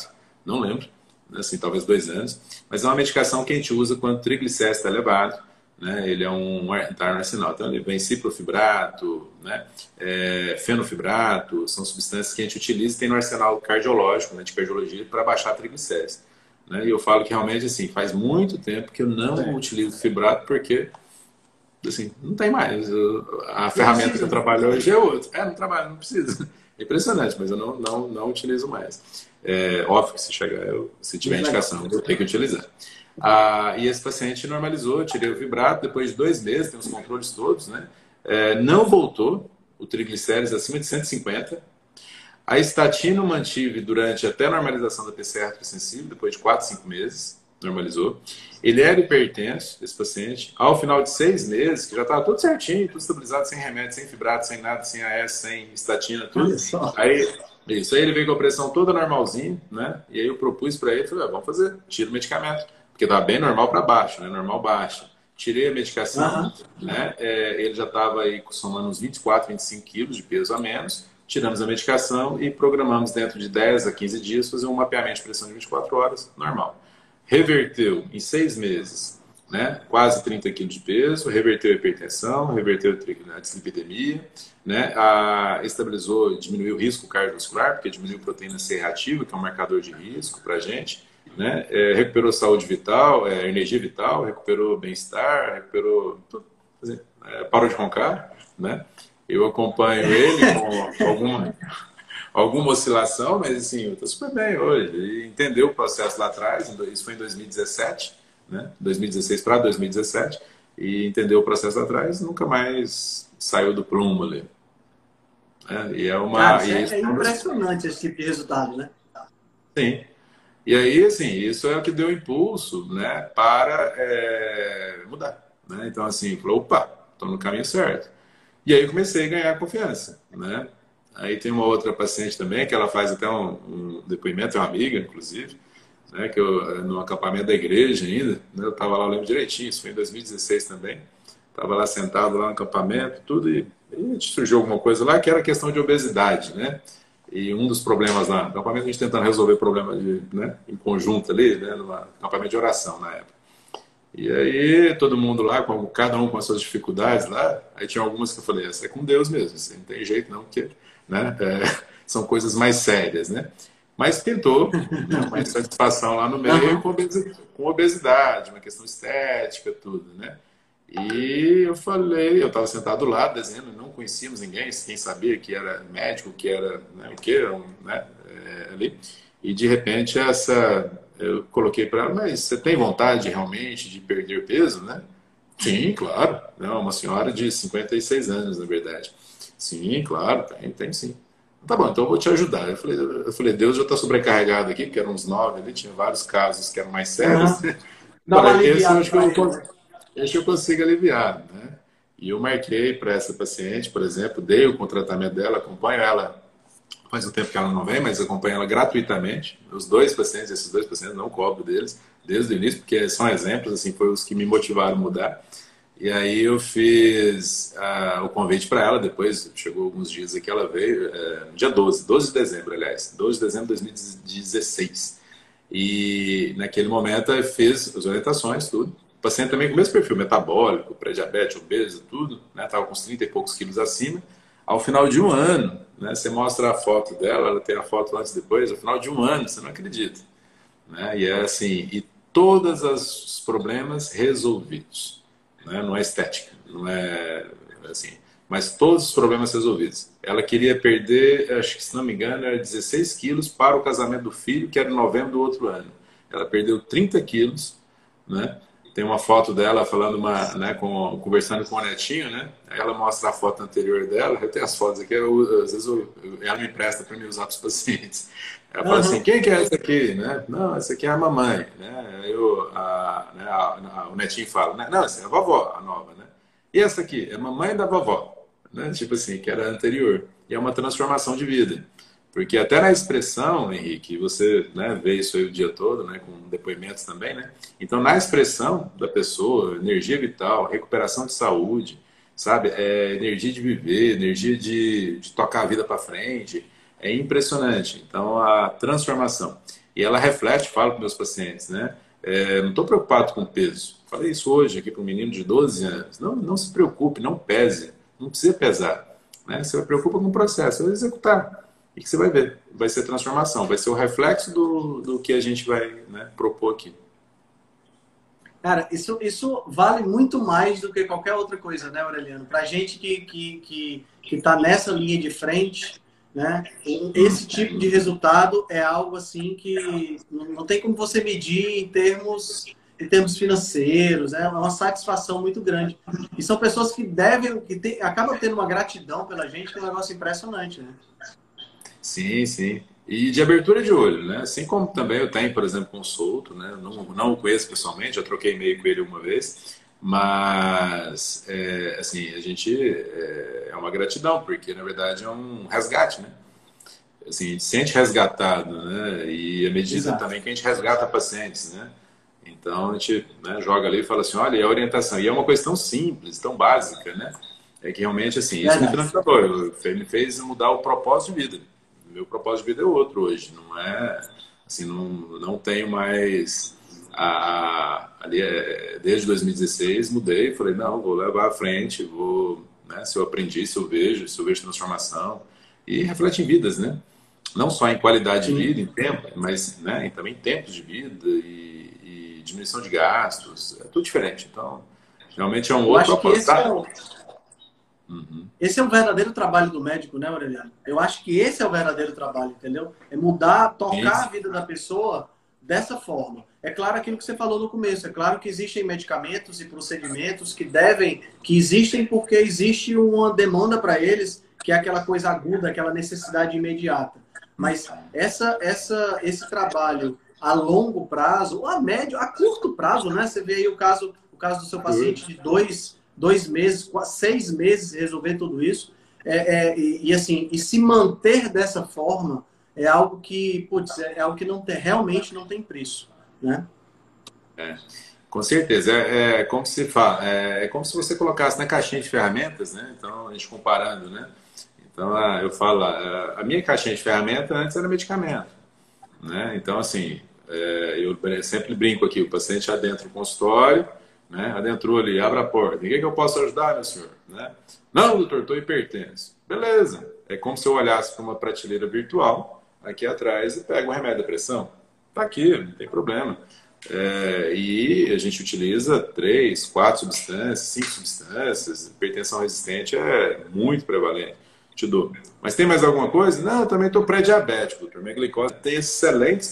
[SPEAKER 2] não lembro, assim, talvez dois anos, mas é uma medicação que a gente usa quando o triglicérides está elevado, né? Ele é um antiarsenal, então ele vem ciprofibrato, né? É, fenofibrato, são substâncias que a gente utiliza e tem no arsenal cardiológico, né, de cardiologia, para baixar triglicérides. Né? E eu falo que realmente, assim, faz muito tempo que eu não é. utilizo fibrato porque, assim, não tem mais. Eu, a não ferramenta precisa. que eu trabalho hoje é outra. É, não trabalho, não precisa. É impressionante, mas eu não, não, não utilizo mais. É, óbvio que se chegar, eu, se tiver muito indicação, legal. eu tenho que utilizar. Ah, e esse paciente normalizou, tirei o fibrato, depois de dois meses, tem os controles todos, né? É, não voltou o triglicérides acima de cento e cinquenta. A estatina eu mantive durante até a normalização da P C R sensível, depois de quatro, cinco meses, normalizou. Ele era hipertenso, esse paciente. Ao final de seis meses, que já estava tudo certinho, tudo estabilizado, sem remédio, sem fibrato, sem nada, sem A S, sem estatina, tudo. Aí, isso, aí ele veio com a pressão toda normalzinha, né? E aí eu propus para ele, falei, ah, vamos fazer, tira o medicamento. Porque estava bem normal para baixo, né? Normal baixa. Tirei a medicação, uhum. né? É, ele já estava aí somando uns vinte e quatro, vinte e cinco quilos de peso a menos. Tiramos a medicação e programamos dentro de dez a quinze dias fazer um mapeamento de pressão de vinte e quatro horas, normal. Reverteu em seis meses, né? Quase trinta quilos de peso, reverteu a hipertensão, reverteu a dislipidemia, né? A, estabilizou, diminuiu o risco cardiovascular, porque diminuiu a proteína C reativa, que é um marcador de risco para a gente. Né? É, recuperou saúde vital, é, energia vital, recuperou bem-estar, recuperou tudo, é, parou de roncar, né? Eu acompanho ele com alguma, alguma oscilação, mas assim, eu estou super bem hoje. Ele entendeu o processo lá atrás, isso foi em dois mil e dezessete, né? dois mil e dezesseis para dois mil e dezessete, e entendeu o processo lá atrás, nunca mais saiu do prumo ali. É, e é uma.
[SPEAKER 3] Cara,
[SPEAKER 2] e
[SPEAKER 3] é, é impressionante esse tipo de resultado, né?
[SPEAKER 2] Sim. E aí, assim, isso é o que deu impulso, né, para é, mudar, né? Então, assim, falou, opa, estou no caminho certo. E aí eu comecei a ganhar confiança, né? Aí tem uma outra paciente também, que ela faz até um, um depoimento, é uma amiga, inclusive, né, que eu, no acampamento da igreja ainda, né, eu estava lá, eu lembro direitinho, isso foi em dois mil e dezesseis também, estava lá sentado lá no acampamento, tudo, e, e surgiu alguma coisa lá, que era questão de obesidade, né? E um dos problemas lá, no acampamento a gente tentando resolver problemas de, né, em conjunto ali, né, no acampamento de oração na época. E aí todo mundo lá, com, cada um com as suas dificuldades lá, aí tinha algumas que eu falei, essa é com Deus mesmo, assim, não tem jeito não, porque né, é, são coisas mais sérias, né? Mas tentou, né, uma insatisfação lá no meio com obesidade, com obesidade, uma questão estética, tudo, né? E eu falei, eu estava sentado lá desenhando, não conhecíamos ninguém, quem sabia que era médico, que era né, o que, né, é, ali. E de repente essa, eu coloquei para ela, mas você tem vontade realmente de perder peso, né? Sim, claro. Não, uma senhora de cinquenta e seis anos, na verdade. Sim, claro, tem, tem sim. Tá bom, então eu vou te ajudar. Eu falei, eu falei Deus já está sobrecarregado aqui, porque eram uns nove ali, tinha vários casos que eram mais sérios. Uhum. Dá uma aliviada. Acho que eu Acho que eu consigo aliviar, né? E eu marquei para essa paciente, por exemplo, dei o contratamento dela, acompanho ela, faz um tempo que ela não vem, mas acompanho ela gratuitamente. Os dois pacientes, esses dois pacientes, não cobro deles desde o início, porque são exemplos, assim, foram os que me motivaram a mudar. E aí eu fiz uh, o convite para ela, depois chegou alguns dias aqui, ela veio, uh, dia doze, doze de dezembro, aliás, doze de dezembro de dois mil e dezesseis. E naquele momento eu fiz as orientações, tudo. O paciente também com o mesmo perfil, metabólico, pré-diabetes, obeso, tudo, né? Estava com uns trinta e poucos quilos acima. Ao final de um ano, né? Você mostra a foto dela, ela tem a foto antes e depois, ao final de um ano, você não acredita. Né? E é assim, e todos os problemas resolvidos. Né? Não é estética, não é assim, mas todos os problemas resolvidos. Ela queria perder, acho que se não me engano, era dezesseis quilos para o casamento do filho, que era em novembro do outro ano. Ela perdeu trinta quilos, né? Tem uma foto dela falando uma, né, com, conversando com o netinho, né? Aí ela mostra a foto anterior dela. Eu tenho as fotos aqui, eu, às vezes eu, ela me empresta para me usar para os pacientes. Ela fala uhum. assim, quem que é essa aqui? Né? Não, essa aqui é a mamãe. Né? Eu, a, né, a, a, o netinho fala, né? Não, essa é a vovó, a nova. Né? E essa aqui é a mamãe da vovó. Né? Tipo assim, que era a anterior. E é uma transformação de vida. Porque até na expressão, Henrique, você né, vê isso aí o dia todo, né, com depoimentos também, né? Então, na expressão da pessoa, energia vital, recuperação de saúde, sabe? É, energia de viver, energia de, de tocar a vida para frente, é impressionante. Então, a transformação. E ela reflete, falo para meus pacientes, né? É, não estou preocupado com o peso. Falei isso hoje aqui para um menino de doze anos. Não, não se preocupe, não pese. Não precisa pesar. Né? Você se preocupa com o processo, você vai executar. E que você vai ver. Vai ser transformação. Vai ser o reflexo do, do que a gente vai, né, propor aqui.
[SPEAKER 3] Cara, isso, isso vale muito mais do que qualquer outra coisa, né, Aureliano? Para a gente que que que que está nessa linha de frente, né? Esse tipo de resultado é algo assim que não tem como você medir em termos em termos financeiros, né? É uma satisfação muito grande. E são pessoas que devem, que tem, acabam tendo uma gratidão pela gente, que é um negócio impressionante, né?
[SPEAKER 2] Sim, sim. E de abertura de olho, né? Assim como também eu tenho, por exemplo, com o Souto, né? Não, não o conheço pessoalmente, já troquei e-mail com ele uma vez, mas, é, assim, a gente é, é uma gratidão, porque, na verdade, é um resgate, né? Assim, a gente se sente resgatado, né? E à medida
[SPEAKER 3] Exato.
[SPEAKER 2] também que a gente resgata pacientes, né? Então, a gente, né, joga ali e fala assim, olha, e a orientação. E é uma coisa tão simples, tão básica, né? É que realmente, assim, isso me transformou. Me fez mudar o propósito de vida. Meu propósito de vida é outro hoje. Não é, assim, não, não tenho mais... A, a, ali, é, desde dois mil e dezesseis, mudei. Falei, não, vou levar à frente. Vou, né, se eu aprendi, se eu vejo, se eu vejo transformação. E reflete em vidas, né? Não só em qualidade de vida, em tempo, mas, né, também em tempos de vida e, e diminuição de gastos. É tudo diferente. Então, realmente é um
[SPEAKER 3] Eu
[SPEAKER 2] outro
[SPEAKER 3] acho que esse é o,
[SPEAKER 2] Uhum.
[SPEAKER 3] esse é o verdadeiro trabalho do médico, né, Aureliano? Eu acho que esse é o verdadeiro trabalho, entendeu? É mudar, tocar
[SPEAKER 2] Isso.
[SPEAKER 3] a vida da pessoa dessa forma. É claro aquilo que você falou no começo, é claro que existem medicamentos e procedimentos que devem, que existem porque existe uma demanda para eles, que é aquela coisa aguda, aquela necessidade imediata. Mas essa, essa, esse trabalho a longo prazo, ou a médio, a curto prazo, né? Você vê aí o caso, o caso do seu paciente de dois, dois meses, quase seis meses resolver tudo isso. É, é, e, e assim, e se manter dessa forma é algo que, putz, é algo que não tem, realmente não tem preço, né?
[SPEAKER 2] É, com certeza. É, é como se fala, é, é como se você colocasse na caixinha de ferramentas, né? Então, a gente comparando, né? Então, a, eu falo, a, a minha caixinha de ferramentas antes era medicamento, né? Então, assim, é, eu sempre brinco aqui, o paciente adentra o consultório, né? Adentrou ali, abre a porta. O que, que eu posso ajudar, meu senhor? Né? Não, doutor, estou hipertenso. Beleza. É como se eu olhasse para uma prateleira virtual aqui atrás e pego um remédio da pressão. Tá aqui, não tem problema. É, e a gente utiliza três, quatro substâncias, cinco substâncias. Hipertensão resistente é muito prevalente. Te dou. Mas tem mais alguma coisa? Não, eu também estou pré-diabético, doutor. Minha glicose tem excelentes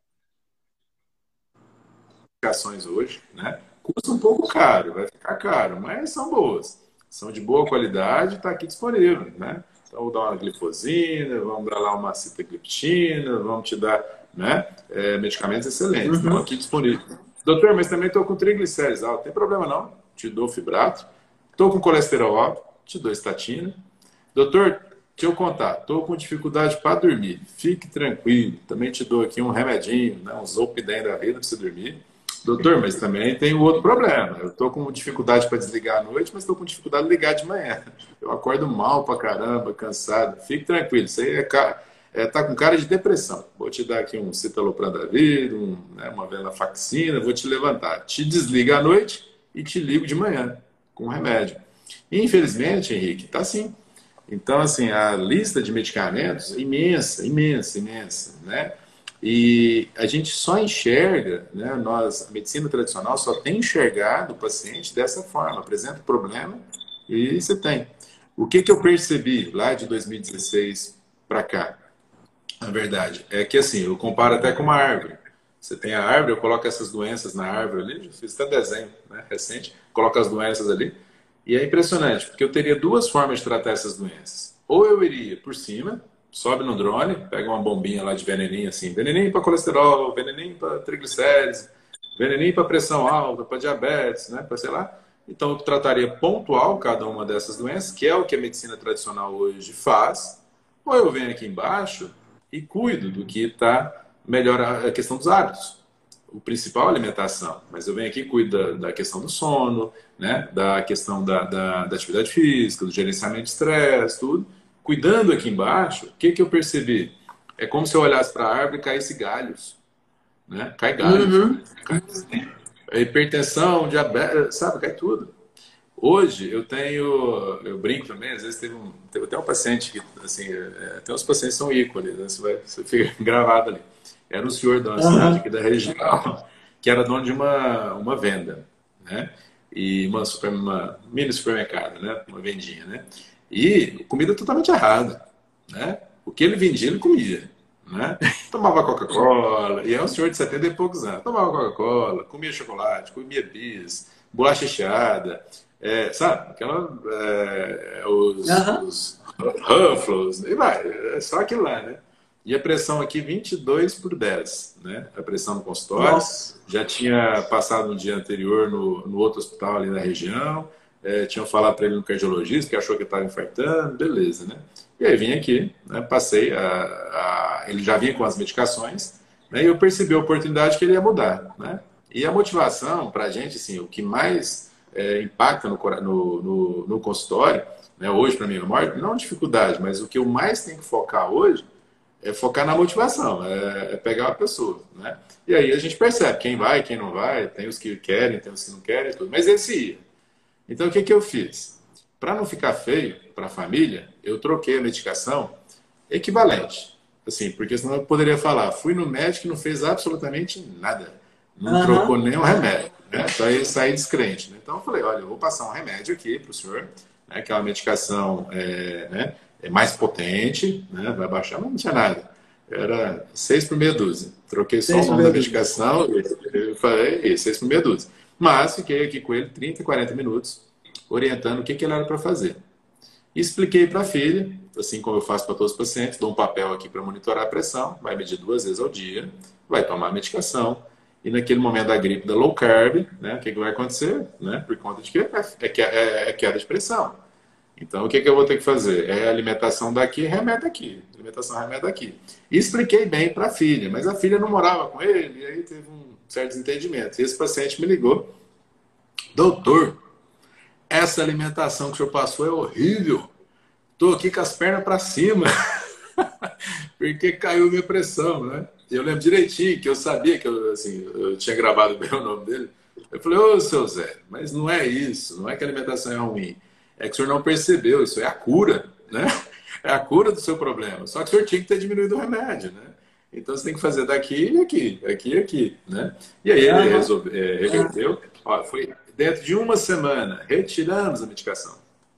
[SPEAKER 2] medicações hoje, né? Custa um pouco caro, vai ficar caro, mas são boas. São de boa qualidade, está aqui disponível, né? Então, vou dar uma glifosina, vamos dar lá uma sitagliptina, vamos te dar, né, é, medicamentos excelentes,
[SPEAKER 3] Uhum.
[SPEAKER 2] estão aqui disponíveis. Doutor, mas também estou com triglicérides altos, não tem problema não, te dou fibrato. Estou com colesterol alto, te dou estatina. Doutor, deixa eu contar, estou com dificuldade para dormir, fique tranquilo, também te dou aqui um remedinho, né, um Zolpidem da vida para você dormir. Doutor, mas também tem um outro problema. Eu estou com dificuldade para desligar à noite, mas estou com dificuldade de ligar de manhã. Eu acordo mal pra caramba, cansado. Fique tranquilo, isso aí é, é tá com cara de depressão. Vou te dar aqui um citalopram da vida, um, né, uma venlafaxina, vou te levantar. Te desliga à noite e te ligo de manhã com um remédio. E, infelizmente, Henrique, tá assim. Então, assim, a lista de medicamentos é imensa, imensa, imensa, né? E a gente só enxerga, né, nós, a medicina tradicional só tem enxergado o paciente dessa forma, apresenta o problema e você tem. O que, que eu percebi lá de dois mil e dezesseis para cá? Na verdade, é que assim, eu comparo até com uma árvore. Você tem a árvore, eu coloco essas doenças na árvore ali, já fiz até desenho, né, recente, coloco as doenças ali, e é impressionante, porque eu teria duas formas de tratar essas doenças. Ou eu iria por cima, sobe no drone, pega uma bombinha lá de veneninho assim, veneninho para colesterol, veneninho para triglicérides, veneninho para pressão alta, para diabetes, né, para sei lá. Então eu trataria pontual cada uma dessas doenças, que é o que a medicina tradicional hoje faz. Ou eu venho aqui embaixo e cuido do que está melhor a questão dos hábitos. O principal é a alimentação, mas eu venho aqui e cuido da, da questão do sono, né, da questão da, da, da atividade física, do gerenciamento de estresse, tudo. Cuidando aqui embaixo, o que, que eu percebi? É como se eu olhasse para a árvore e caísse galhos. né? Cai galho,
[SPEAKER 3] Uhum.
[SPEAKER 2] cai hipertensão, diabetes, sabe? Cai tudo. Hoje eu tenho, eu brinco também, às vezes teve, um, teve até um paciente que, assim, é, até os pacientes são ícones, né? Você, vai, você fica gravado ali. Era um senhor de uma cidade
[SPEAKER 3] Aham.
[SPEAKER 2] aqui da região que era dono de uma, uma venda, né? E uma, super, uma mini supermercado, né? Uma vendinha, né? E comida totalmente errada, né? O que ele vendia, ele comia, né? Tomava Coca-Cola, e é um senhor de setenta e poucos anos. Tomava Coca-Cola, comia chocolate, comia bis, bolacha recheada, é, sabe? Aquela, é, os,
[SPEAKER 3] Aham.
[SPEAKER 2] os Ruffles, e vai, é só aquilo lá, né? E a pressão aqui vinte e dois por dez, né? A pressão no consultório.
[SPEAKER 3] Nossa.
[SPEAKER 2] Já tinha passado no dia anterior no, no outro hospital ali na região. É, tinham falado para ele no cardiologista que achou que estava infartando, beleza, né? E aí vim aqui, né? Passei a, a, ele já vinha com as medicações, né? E eu percebi a oportunidade que ele ia mudar, né? E a motivação para a gente, assim, o que mais é, impacta no, no, no, no consultório, né? Hoje para mim, a maior, não dificuldade, mas o que eu mais tenho que focar hoje é focar na motivação, é, é pegar a pessoa, né? E aí a gente percebe quem vai, quem não vai, tem os que querem, tem os que não querem, tudo. Mas esse ia. Então o que que eu fiz? Para não ficar feio para a família, eu troquei a medicação equivalente. Assim, porque senão eu poderia falar, fui no médico e não fez absolutamente nada. Não trocou
[SPEAKER 3] Aham.
[SPEAKER 2] nenhum remédio, né? Só ia sair descrente, né? Então eu falei, olha, eu vou passar um remédio aqui para o senhor, né? Que é uma medicação é, né? É mais potente, né? Vai baixar, mas não tinha nada. Era seis por meia dúzia. Troquei só o
[SPEAKER 3] Seis por
[SPEAKER 2] nome da
[SPEAKER 3] meia dúzia.
[SPEAKER 2] medicação e falei, e seis por meia dúzia. Mas fiquei aqui com ele trinta, quarenta minutos, orientando o que, que ele era para fazer. E expliquei para a filha, assim como eu faço para todos os pacientes, dou um papel aqui para monitorar a pressão, vai medir duas vezes ao dia, vai tomar a medicação, e naquele momento da gripe da low carb, né, o que, que vai acontecer? Né, por conta de que é, é, é, é queda de pressão. Então, o que, que eu vou ter que fazer? É alimentação daqui, remédio aqui. Alimentação, remédio aqui. E expliquei bem para a filha, mas a filha não morava com ele, e aí teve um certo desentendimento. E esse paciente me ligou, doutor, essa alimentação que o senhor passou é horrível. Estou aqui com as pernas para cima, porque caiu minha pressão, né? Eu lembro direitinho que eu sabia que eu, assim, eu tinha gravado bem o nome dele. Eu falei, ô, seu Zé, mas não é isso, não é que a alimentação é ruim. É que o senhor não percebeu, isso é a cura, né? É a cura do seu problema. Só que o senhor tinha que ter diminuído o remédio, né? Então você tem que fazer daqui e aqui, aqui e aqui, né? E aí ele
[SPEAKER 3] Aham.
[SPEAKER 2] resolveu, é, reverteu. Ó, foi dentro de uma semana, retiramos a medicação.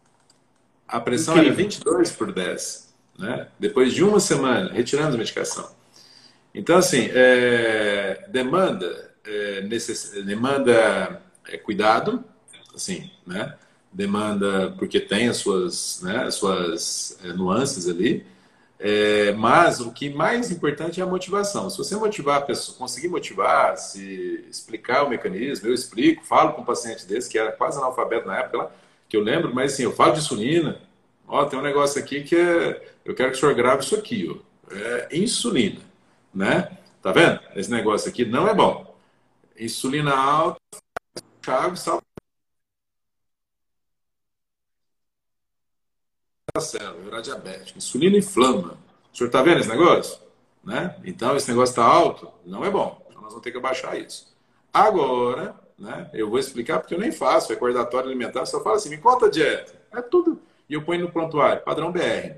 [SPEAKER 2] A pressão era
[SPEAKER 3] Incrível.
[SPEAKER 2] vinte e dois por dez, né? Depois de uma semana, retiramos a medicação. Então, assim, é, demanda, é, necess, demanda é, cuidado, assim, né? Demanda porque tem as suas, né, as suas é, nuances ali, é, mas o que mais importante é a motivação. Se você motivar a pessoa, conseguir motivar, se explicar o mecanismo, eu explico, falo com um paciente desse que era quase analfabeto na época, lá, que eu lembro, mas assim, eu falo de insulina. Ó, tem um negócio aqui que é, eu quero que o senhor grave isso aqui, ó, é insulina, né? Tá vendo? Esse negócio aqui não é bom. Insulina alta, Thiago, salva a célula, virar diabético. Insulina inflama. O senhor tá vendo esse negócio? Né? Então, esse negócio está alto, não é bom. Então, nós vamos ter que abaixar isso. Agora, né, eu vou explicar porque eu nem faço recordatório alimentar, só falo assim, me conta a dieta. É tudo. E eu ponho no prontuário, padrão B R.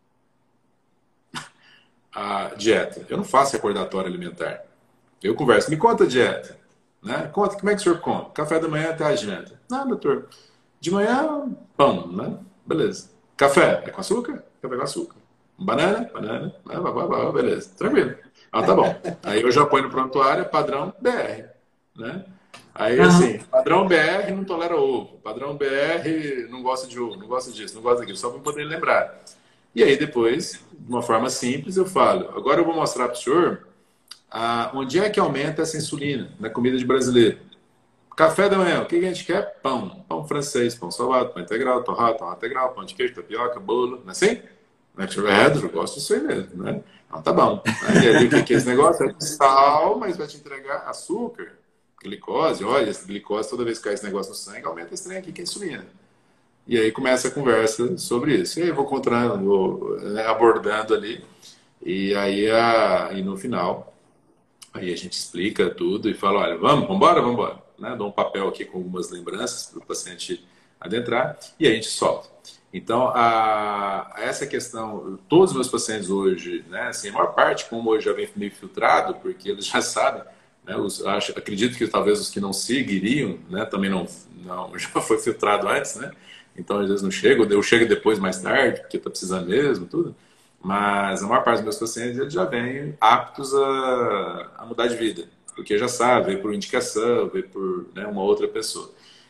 [SPEAKER 2] A dieta. Eu não faço recordatório alimentar. Eu converso, me conta a dieta. Né? Conta, como é que o senhor come? Café da manhã até a janta. Não, doutor. De manhã, pão, né? Beleza. Café, é com açúcar? Café com açúcar. Banana? Banana. Ah, blá, blá, blá, beleza. Tranquilo. Ah, tá bom. Aí eu já ponho no prontuário padrão B R. Né? Aí,
[SPEAKER 3] Aham.
[SPEAKER 2] assim, padrão B R não tolera ovo. Padrão B R não gosta de ovo, não gosta disso, não gosta daquilo. Só para poder lembrar. E aí, depois, de uma forma simples, eu falo. Agora eu vou mostrar para o senhor ah, onde é que aumenta essa insulina na comida de brasileiro. Café da manhã, o que a gente quer? Pão. Pão francês, pão salgado, pão integral, torrado, torrado integral, pão de queijo, tapioca, bolo, não é assim? Não é que é, eu gosto disso aí mesmo, né? Então tá bom. Aí ali o que que é esse negócio? É sal, mas vai te entregar açúcar, glicose. Olha, essa glicose, toda vez que cai esse negócio no sangue, aumenta esse trem aqui que é insulina. E aí começa a conversa sobre isso. E aí eu vou contando, vou, né, abordando ali. E aí a, e no final Aí a gente explica tudo e fala, olha, vamos, vamos embora, vamos embora. Né? Dou um papel aqui com algumas lembranças para o paciente adentrar e aí a gente solta. Então, a, a essa questão, todos os meus pacientes hoje, né, assim, a maior parte, como hoje já vem meio filtrado, porque eles já sabem, né, os, acho, acredito que talvez os que não seguiriam, né, também não, não já foi filtrado antes, né? Então, às vezes não chego, eu chego depois, mais tarde, porque está precisando mesmo, tudo. Mas a maior parte dos meus pacientes eles já vêm aptos a, a mudar de vida, porque já sabe, veio por indicação, veio por, né, uma outra pessoa.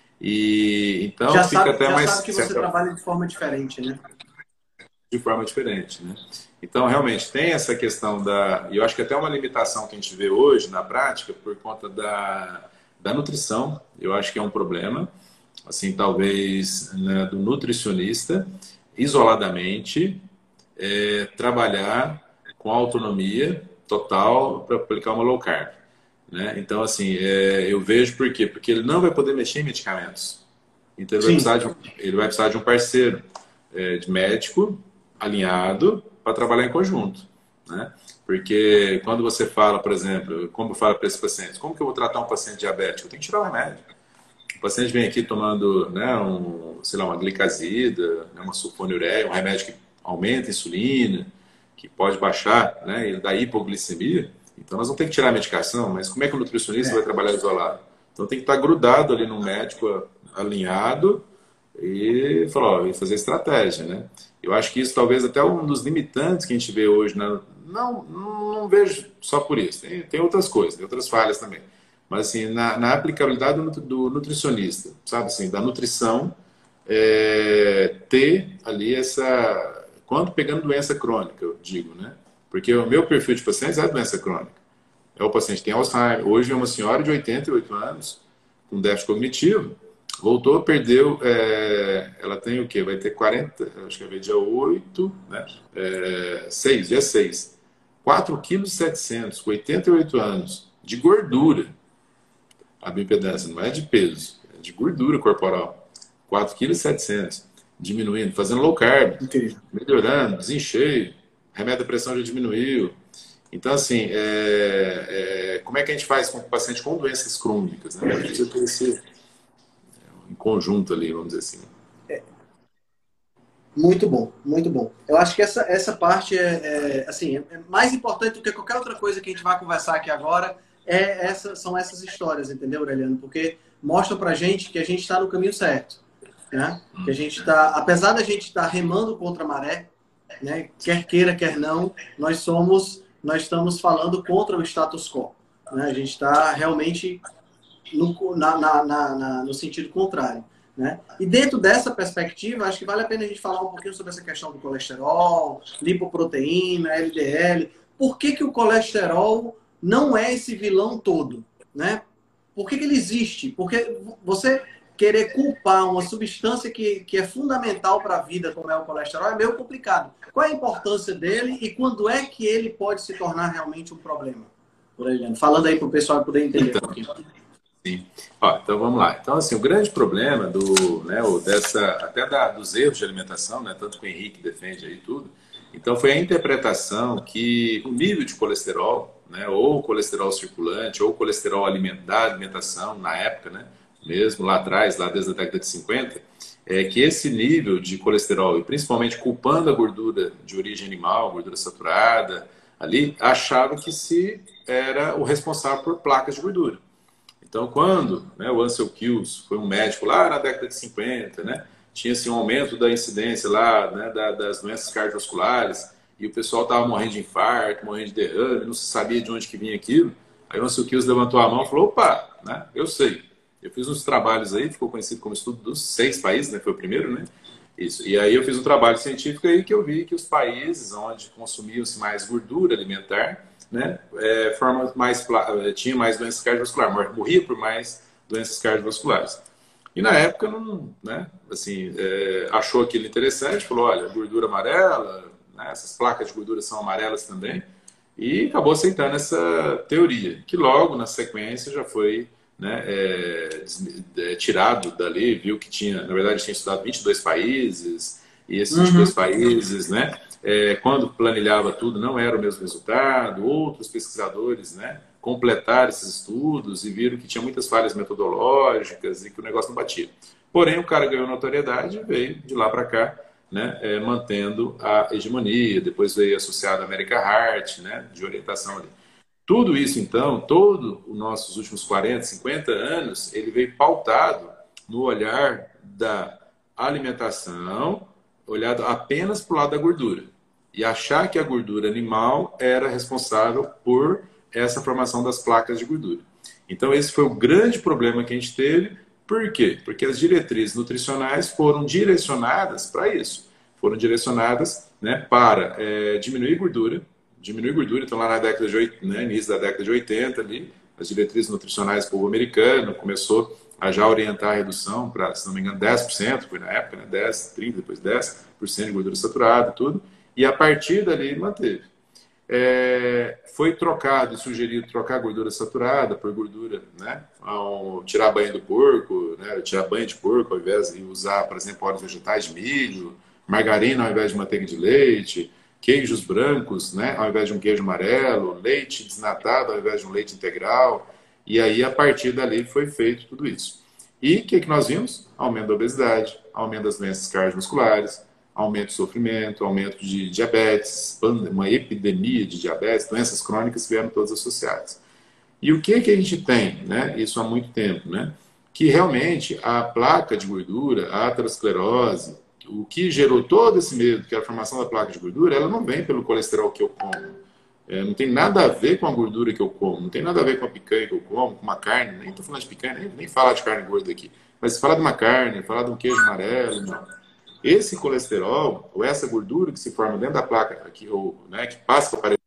[SPEAKER 2] E então
[SPEAKER 3] Já
[SPEAKER 2] fica
[SPEAKER 3] sabe,
[SPEAKER 2] até
[SPEAKER 3] já
[SPEAKER 2] mais
[SPEAKER 3] sabe que você trabalha de forma diferente, né?
[SPEAKER 2] de forma diferente, né? Então realmente tem essa questão da, e eu acho que até uma limitação que a gente vê hoje na prática por conta da, da nutrição, eu acho que é um problema, assim talvez, né, do nutricionista isoladamente é, trabalhar com autonomia total para aplicar uma low carb. Né? Então, assim, é, eu vejo por quê? Porque ele não vai poder mexer em medicamentos. Então, ele vai
[SPEAKER 3] Sim.
[SPEAKER 2] precisar de um, ele vai precisar de um parceiro é, de médico alinhado para trabalhar em conjunto. Né? Porque quando você fala, por exemplo, como eu falo para esses pacientes, como que eu vou tratar um paciente diabético? Eu tenho que tirar o remédio. O paciente vem aqui tomando, né, um, sei lá, uma glicazida, né, uma sulfonilureia, um remédio que aumenta a insulina, que pode baixar, né, da hipoglicemia. Então, nós vamos ter que tirar a medicação, mas como é que o nutricionista é. vai trabalhar isolado? Então, tem que estar grudado ali no médico, alinhado, e falar, ó, e fazer estratégia, né? Eu acho que isso talvez até um dos limitantes que a gente vê hoje, né? não, não, não vejo só por isso, tem, tem outras coisas, tem outras falhas também. Mas, assim, na, na aplicabilidade do, do nutricionista, sabe, assim, da nutrição, é, ter ali essa... Quando pegando doença crônica, eu digo, né? Porque o meu perfil de pacientes é doença crônica. É o paciente que tem Alzheimer. Hoje é uma senhora de oitenta e oito anos, com déficit cognitivo, voltou, perdeu, é, ela tem o quê? Vai ter quarenta, acho que vai ver dia oito, né? É, seis, dia seis. quatro vírgula sete quilos, com oitenta e oito anos, de gordura. A bioimpedância não é de peso, é de gordura corporal. quatro vírgula sete quilos, diminuindo, fazendo low carb,
[SPEAKER 3] Incrível.
[SPEAKER 2] melhorando, desencheio, remédio da pressão já diminuiu. Então, assim, é, é, como é que a gente faz com o paciente com doenças crônicas? Né? A gente precisa ter esse em conjunto ali, vamos dizer assim.
[SPEAKER 3] É, muito bom, muito bom. Eu acho que essa, essa parte é, é, assim, é mais importante do que qualquer outra coisa que a gente vai conversar aqui agora, é essa, são essas histórias, entendeu, Aureliano? Porque mostram pra gente que a gente está no caminho certo. Né? Que a gente está, apesar da gente estar remando contra a maré, né? Quer queira, quer não, nós somos, nós estamos falando contra o status quo. Né? A gente está realmente no, na, na, na, no sentido contrário. Né? E dentro dessa perspectiva, acho que vale a pena a gente falar um pouquinho sobre essa questão do colesterol, lipoproteína, L D L. Por que que o colesterol não é esse vilão todo? Né? Por que que ele existe? Porque você querer culpar uma substância que, que é fundamental para a vida, como é o colesterol, é meio complicado. Qual é a importância dele e quando é que ele pode se tornar realmente um problema? Por exemplo, falando aí para o pessoal poder entender
[SPEAKER 2] então,
[SPEAKER 3] um pouquinho.
[SPEAKER 2] Sim. Ó, então vamos lá. Então, assim, o grande problema do, né, o dessa, até da, dos erros de alimentação, né, tanto que o Henrique defende aí tudo, então foi a interpretação que o nível de colesterol, né, ou colesterol circulante, ou colesterol alimentar, da alimentação, na época, né, mesmo lá atrás, lá desde a década de cinquenta, é que esse nível de colesterol, e principalmente culpando a gordura de origem animal, gordura saturada, ali, achava que se era o responsável por placas de gordura. Então, quando, né, o Ansel Keys foi um médico lá na década de cinquenta, né, tinha assim, um aumento da incidência lá, né, da, das doenças cardiovasculares, e o pessoal estava morrendo de infarto, morrendo de derrame, não se sabia de onde que vinha aquilo. Aí o Ansel Keys levantou a mão e falou, opa, né, eu sei. Eu fiz uns trabalhos aí, ficou conhecido como estudo dos seis países, né? Foi o primeiro, né? Isso. E aí eu fiz um trabalho científico aí que eu vi que os países onde consumiam-se mais gordura alimentar, né? É, forma mais, tinha mais doenças cardiovasculares, morria por mais doenças cardiovasculares. E na época, não, né? Assim, é, achou aquilo interessante, falou, olha, gordura amarela, né? Essas placas de gordura são amarelas também, e acabou aceitando essa teoria, que logo na sequência já foi... Né, é, é, tirado dali, viu que tinha, na verdade, tinha estudado vinte e dois países, e esses vinte e dois uhum. países, né, é, quando planilhava tudo, não era o mesmo resultado. Outros pesquisadores, né, completaram esses estudos e viram que tinha muitas falhas metodológicas e que o negócio não batia. Porém, o cara ganhou notoriedade e veio de lá para cá, né, é, mantendo a hegemonia. Depois veio associado a America Heart, né, de orientação ali. Tudo isso, então, todo os nossos últimos quarenta, cinquenta anos, ele veio pautado no olhar da alimentação, olhado apenas para o lado da gordura. E achar que a gordura animal era responsável por essa formação das placas de gordura. Então, esse foi o grande problema que a gente teve. Por quê? Porque as diretrizes nutricionais foram direcionadas para isso. Foram direcionadas, né, para é, diminuir gordura, diminuir gordura. Então, lá na década de oitenta, né, início da década de oitenta, ali, as diretrizes nutricionais do povo americano começou a já orientar a redução para, se não me engano, dez por cento, foi na época, né, dez, trinta, depois dez por cento de gordura saturada e tudo. E a partir dali manteve. É, foi trocado e sugerido trocar a gordura saturada por gordura, né? Ao tirar banho do porco, né? Tirar banho de porco ao invés de usar, por exemplo, óleos vegetais de milho, margarina ao invés de manteiga de leite, queijos brancos, né? Ao invés de um queijo amarelo, leite desnatado ao invés de um leite integral. E aí, a partir dali, foi feito tudo isso. E o que, que nós vimos? Aumento da obesidade, aumento das doenças cardiovasculares, aumento do sofrimento, aumento de diabetes, uma epidemia de diabetes, doenças crônicas vieram todas associadas. E o que, que a gente tem, né? Isso há muito tempo, né? Que realmente a placa de gordura, a aterosclerose, o que gerou todo esse medo, que é a formação da placa de gordura, ela não vem pelo colesterol que eu como. É, não tem nada a ver com a gordura que eu como, não tem nada a ver com a picanha que eu como, com uma carne, nem estou falando de picanha, nem, nem falar de carne gorda aqui. Mas se falar de uma carne, falar de um queijo amarelo, não. Esse colesterol, ou essa gordura que se forma dentro da placa, que, ou, né, que passa para a parede,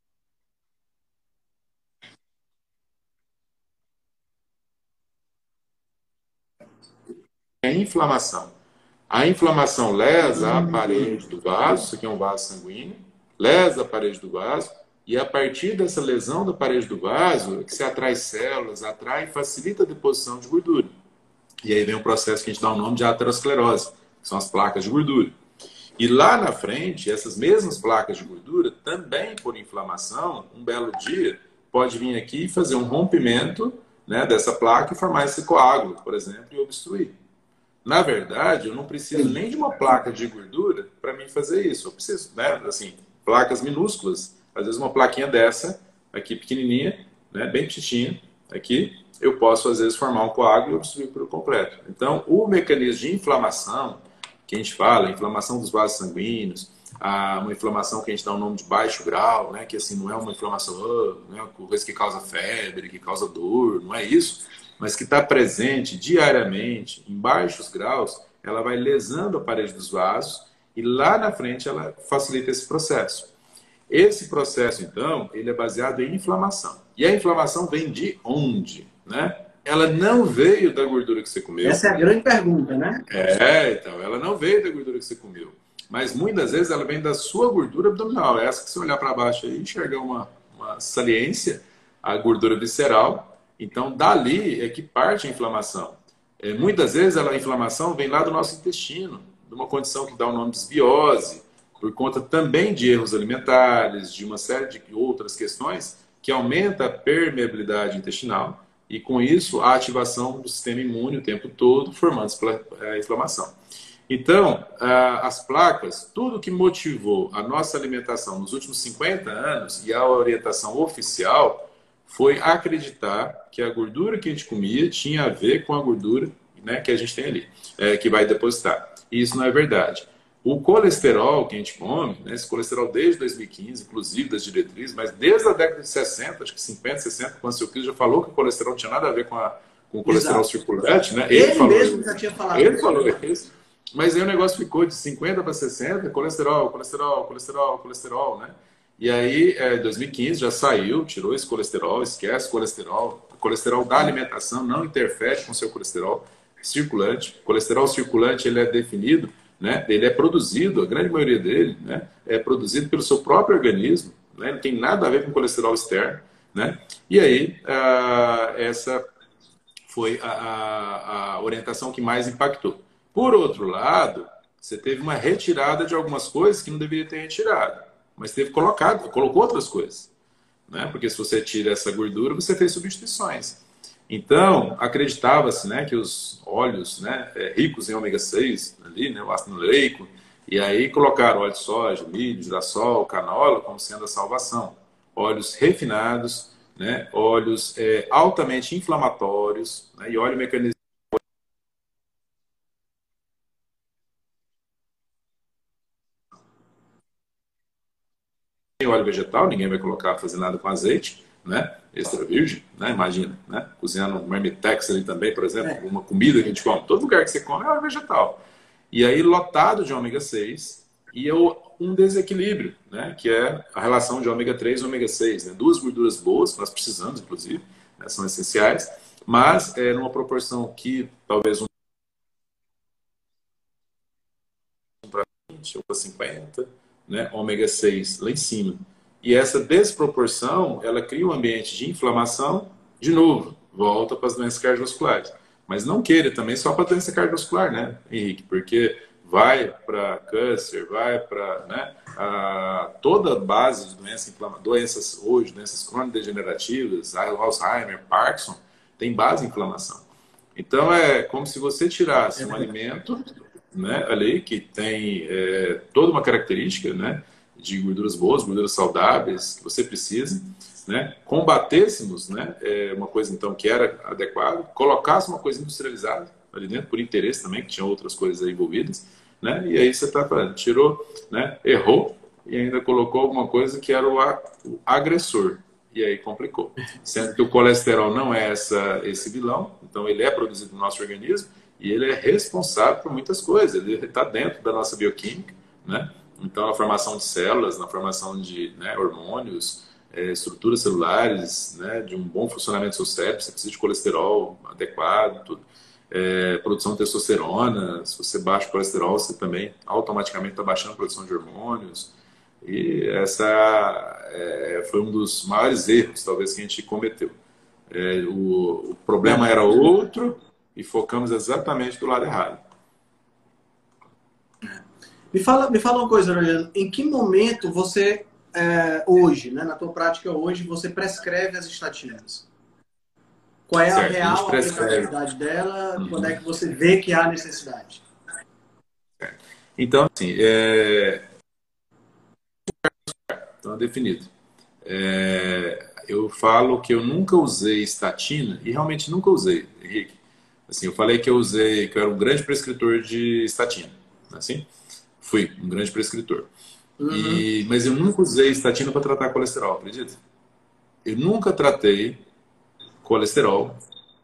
[SPEAKER 2] é inflamação. A inflamação lesa a parede do vaso, isso aqui é um vaso sanguíneo, lesa a parede do vaso, e a partir dessa lesão da parede do vaso, é que se atrai células, atrai e facilita a deposição de gordura. E aí vem um processo que a gente dá o nome de aterosclerose, que são as placas de gordura. E lá na frente, essas mesmas placas de gordura, também por inflamação, um belo dia, pode vir aqui e fazer um rompimento, né, dessa placa e formar esse coágulo, por exemplo, e obstruir. Na verdade, eu não preciso nem de uma placa de gordura para mim fazer isso. Eu preciso, né, assim, placas minúsculas, às vezes uma plaquinha dessa, aqui pequenininha, né, bem petitinha, aqui, eu posso às vezes formar um coágulo e obstruir por completo. Então, o mecanismo de inflamação que a gente fala, a inflamação dos vasos sanguíneos, a, uma inflamação que a gente dá o nome de baixo grau, né, que assim não é uma inflamação oh, né, coisa que causa febre, que causa dor, não é isso, mas que está presente diariamente, em baixos graus, ela vai lesando a parede dos vasos e lá na frente ela facilita esse processo. Esse processo, então, ele é baseado em inflamação. E a inflamação vem de onde, né? Ela não veio da gordura que você comeu.
[SPEAKER 3] Essa é a grande pergunta, né?
[SPEAKER 2] É, então, ela não veio da gordura que você comeu. Mas muitas vezes ela vem da sua gordura abdominal. Essa que você olhar para baixo aí, enxergar uma, uma saliência, a gordura visceral. Então, dali é que parte a inflamação. É, muitas vezes ela, a inflamação vem lá do nosso intestino, de uma condição que dá o nome de desbiose, por conta também de erros alimentares, de uma série de outras questões que aumenta a permeabilidade intestinal. E com isso, a ativação do sistema imune o tempo todo, formando a inflamação. Então, as placas, tudo que motivou a nossa alimentação nos últimos cinquenta anos e a orientação oficial foi acreditar que a gordura que a gente comia tinha a ver com a gordura, né, que a gente tem ali, é, que vai depositar. E isso não é verdade. O colesterol que a gente come, né, esse colesterol desde dois mil e quinze, inclusive das diretrizes, mas desde a década de sessenta, acho que cinquenta, sessenta, quando o seu Cris já falou que o colesterol não tinha nada a ver com, a, com o colesterol Exato. circulante, né?
[SPEAKER 3] Ele, ele falou mesmo
[SPEAKER 2] isso.
[SPEAKER 3] já tinha falado.
[SPEAKER 2] Ele falou isso. Mas aí o negócio ficou de cinquenta para sessenta, colesterol, colesterol, colesterol, colesterol, né? E aí, em dois mil e quinze, já saiu, tirou esse colesterol, esquece colesterol. O colesterol da alimentação não interfere com o seu colesterol circulante. O colesterol circulante, ele é definido, né? Ele é produzido, a grande maioria dele, né? É produzido pelo seu próprio organismo, né? Não tem nada a ver com colesterol externo, né? E aí, ah, essa foi a, a, a orientação que mais impactou. Por outro lado, você teve uma retirada de algumas coisas que não deveria ter retirado, mas teve colocado, colocou outras coisas. né? Porque se você tira essa gordura, você fez substituições. Então, acreditava-se, né, que os óleos, né, ricos em ômega seis, ali, né, o ácido oleico, e aí colocaram óleo de soja, milho, girassol, canola como sendo a salvação. Óleos refinados, né, óleos é, altamente inflamatórios, né, e óleo mecanizado. Óleo vegetal, ninguém vai colocar, fazer nada com azeite, né? Extra virgem, né? Imagina, né? Cozinhando um marmitex ali também, por exemplo, é. uma comida que a gente come. Todo lugar que você come é óleo vegetal. E aí, lotado de ômega seis, e eu, um desequilíbrio, né? Que é a relação de ômega três e ômega seis, né? Duas gorduras boas, que nós precisamos, inclusive, né? São essenciais, mas é numa proporção que talvez um para vinte ou para cinquenta, né, ômega seis lá em cima. E essa desproporção, ela cria um ambiente de inflamação, de novo, volta para as doenças cardiovasculares. Mas não queira também só para doença cardiovascular, né, Henrique? Porque vai para câncer, vai para, né, a, toda a base de doença, doenças hoje, doenças crônico-degenerativas, Alzheimer, Parkinson, tem base em inflamação. Então é como se você tirasse um alimento, né, ali que tem é, toda uma característica, né, de gorduras boas, gorduras saudáveis que você precisa, né, combatêssemos, né, é, uma coisa então que era adequada, colocasse uma coisa industrializada ali dentro por interesse também, que tinha outras coisas aí envolvidas, né, e aí você está falando, tirou, né, errou e ainda colocou alguma coisa que era o, a, o agressor. E aí complicou. Sendo que o colesterol não é essa, esse vilão, então ele é produzido no nosso organismo e ele é responsável por muitas coisas. Ele está dentro da nossa bioquímica, né? Então, na formação de células, na formação de, né, hormônios, é, estruturas celulares, né, de um bom funcionamento do seu cérebro, você precisa de colesterol adequado, tudo. É, produção de testosterona, se você baixa o colesterol, você também automaticamente está baixando a produção de hormônios. E essa é, foi um dos maiores erros, talvez, que a gente cometeu. É, o, o problema era outro e focamos exatamente do lado errado.
[SPEAKER 3] Me fala, me fala uma coisa, Aureliano. Em que momento você, é, hoje, né, na tua prática hoje, você prescreve as estatinas? Qual é certo, a real a aplicabilidade dela? Uhum. Quando é que você vê que há necessidade?
[SPEAKER 2] Então, assim, é... Então, é definido. É, eu falo que eu nunca usei estatina, e realmente nunca usei, Henrique. Assim, eu falei que eu usei, que eu era um grande prescritor de estatina. Assim, fui um grande prescritor. Uhum. E, mas eu nunca usei estatina para tratar colesterol, acredita? Eu nunca tratei colesterol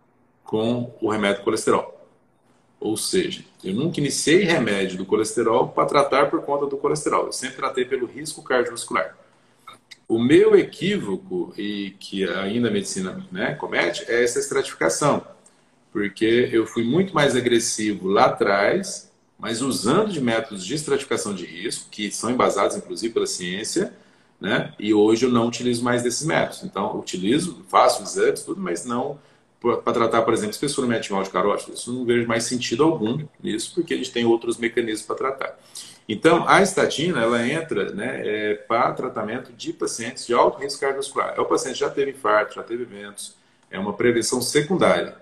[SPEAKER 2] com o remédio colesterol. Ou seja, eu nunca iniciei remédio do colesterol para tratar por conta do colesterol. Eu sempre tratei pelo risco cardiovascular. O meu equívoco, e que ainda a medicina, né, comete, é essa estratificação. Porque eu fui muito mais agressivo lá atrás, mas usando de métodos de estratificação de risco, que são embasados, inclusive, pela ciência, né, e hoje eu não utilizo mais desses métodos. Então, eu utilizo, faço exames, tudo, mas não para tratar, por exemplo, espessura metinol de carótido. Isso não vejo mais sentido algum nisso, porque a gente tem outros mecanismos para tratar. Então, a estatina, ela entra, né, é, para tratamento de pacientes de alto risco cardiovascular. É o paciente já teve infarto, já teve eventos, é uma prevenção secundária.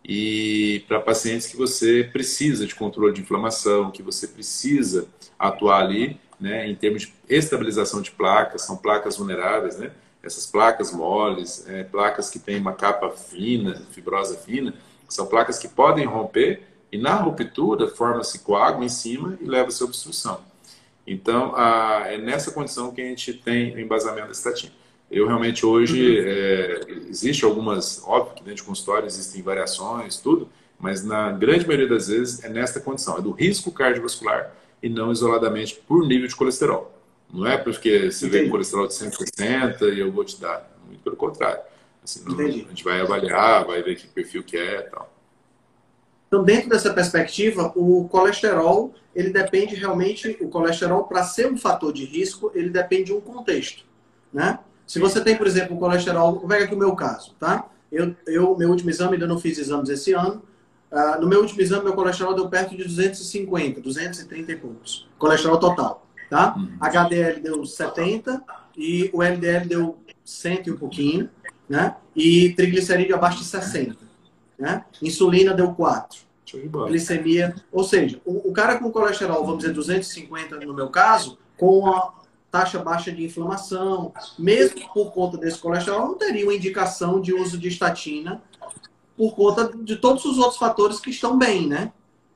[SPEAKER 2] E para pacientes que você precisa de controle de inflamação, que você precisa atuar ali, né, em termos de estabilização de placas, são placas vulneráveis, né? Essas placas moles, é, placas que têm uma capa fina, fibrosa fina, são placas que podem romper e na ruptura forma-se coágulo em cima e leva-se a obstrução. Então, a, é nessa condição que a gente tem o embasamento da estatina. Eu realmente hoje, uhum. é, existe algumas, óbvio que dentro de consultório existem variações, tudo, mas na grande maioria das vezes é nesta condição, é do risco cardiovascular e não isoladamente por nível de colesterol. Não é porque você Entendi. Vê colesterol de cento e sessenta e eu vou te dar. Muito pelo contrário. Assim, não, a gente vai avaliar, vai ver que perfil que é e tal.
[SPEAKER 3] Então, dentro dessa perspectiva, o colesterol, ele depende realmente, o colesterol, para ser um fator de risco, ele depende de um contexto, né? Se você tem, por exemplo, o colesterol, vou pegar aqui o meu caso, tá? Eu, eu, meu último exame, ainda não fiz exames esse ano, uh, no meu último exame, meu colesterol deu perto de duzentos e cinquenta, duzentos e trinta e poucos, colesterol total. Tá? Uhum. H D L deu setenta e o L D L deu cento e um pouquinho, né? E triglicerídeo abaixo de sessenta, né? Insulina deu quatro. Glicemia, ou seja, o, o cara com colesterol, vamos dizer, duzentos e cinquenta no meu caso, com a taxa baixa de inflamação, mesmo por conta desse colesterol, não teria uma indicação de uso de estatina por conta de todos os outros fatores que estão bem, né?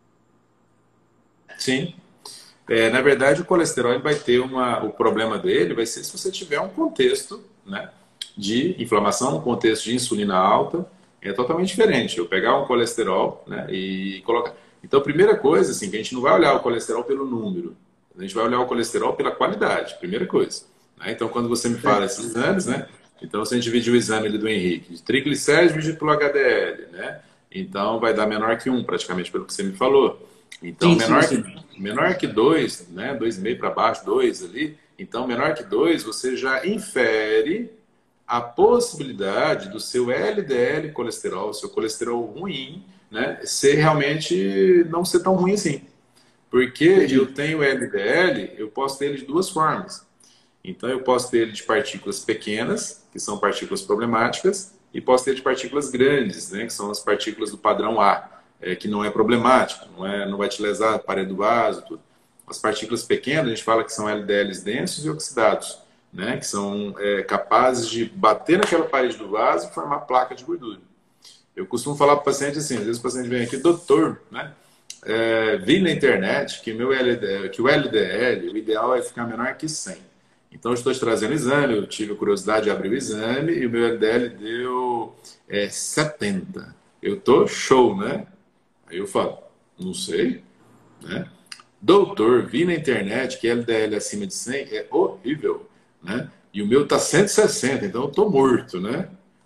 [SPEAKER 2] Sim. É, na verdade, o colesterol ele vai ter uma... O problema dele vai ser se você tiver um contexto, né, de inflamação, um contexto de insulina alta, é totalmente diferente. Eu pegar um colesterol, né, e colocar... Então, a primeira coisa, assim, que a gente não vai olhar o colesterol pelo número. A gente vai olhar o colesterol pela qualidade, primeira coisa. Né? Então, quando você me fala esses exames, né? Então, se a gente dividir o exame ali do Henrique, de triglicéridos dividido pelo H D L, né? Então, vai dar menor que um, praticamente, pelo que você me falou. Então,
[SPEAKER 3] sim,
[SPEAKER 2] menor,
[SPEAKER 3] sim,
[SPEAKER 2] que, menor que dois, né? dois vírgula cinco para baixo, dois ali. Então, menor que dois, você já infere a possibilidade do seu L D L colesterol, seu colesterol ruim, né? Ser realmente não ser tão ruim assim. Porque eu tenho L D L, eu posso ter ele de duas formas. Então, eu posso ter ele de partículas pequenas, que são partículas problemáticas, e posso ter de partículas grandes, né, que são as partículas do padrão A, é, que não é problemático, não, é, não vai te lesar a parede do vaso, tudo. As partículas pequenas, a gente fala que são L D Ls densos e oxidados, né, que são é, capazes de bater naquela parede do vaso e formar placa de gordura. Eu costumo falar para o paciente assim, às vezes o paciente vem aqui, doutor, né? É, vi na internet que, meu L D L, que o L D L, o ideal é ficar menor que cem. Então, eu estou te trazendo o exame, eu tive a curiosidade de abrir o exame e o meu L D L deu é, setenta. Eu tô show, né? Aí eu falo, não sei, né? Doutor, vi na internet que L D L acima de cem é horrível, né? E o meu tá cento e sessenta, então eu tô morto, né?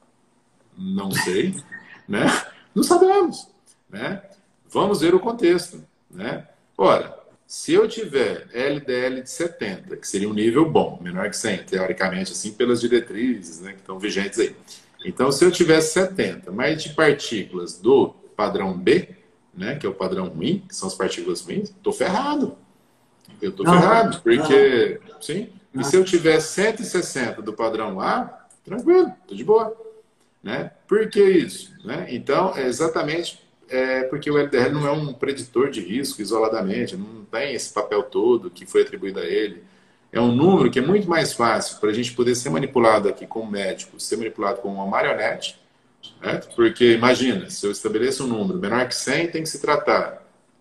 [SPEAKER 2] Não sei, né? Não sabemos, né? Vamos ver o contexto, né? Ora, se eu tiver L D L de setenta, que seria um nível bom, menor que cem, teoricamente, assim, pelas diretrizes, né, que estão vigentes aí. Então, se eu tiver setenta, mais de partículas do padrão B, né, que é o padrão ruim, que são as partículas ruins, estou ferrado. Eu estou ferrado, porque, não. sim, e se eu tiver cento e sessenta do padrão A, tranquilo, estou de boa. Né? Por que isso? Né? Então, é exatamente é, porque o L D L não é um preditor de risco isoladamente, não tem esse papel todo que foi atribuído a ele. É um número que é muito mais fácil para a gente poder ser manipulado aqui como médico, ser manipulado como uma marionete, né? Porque imagina, se eu estabeleço um número menor que cem, tem que se tratar.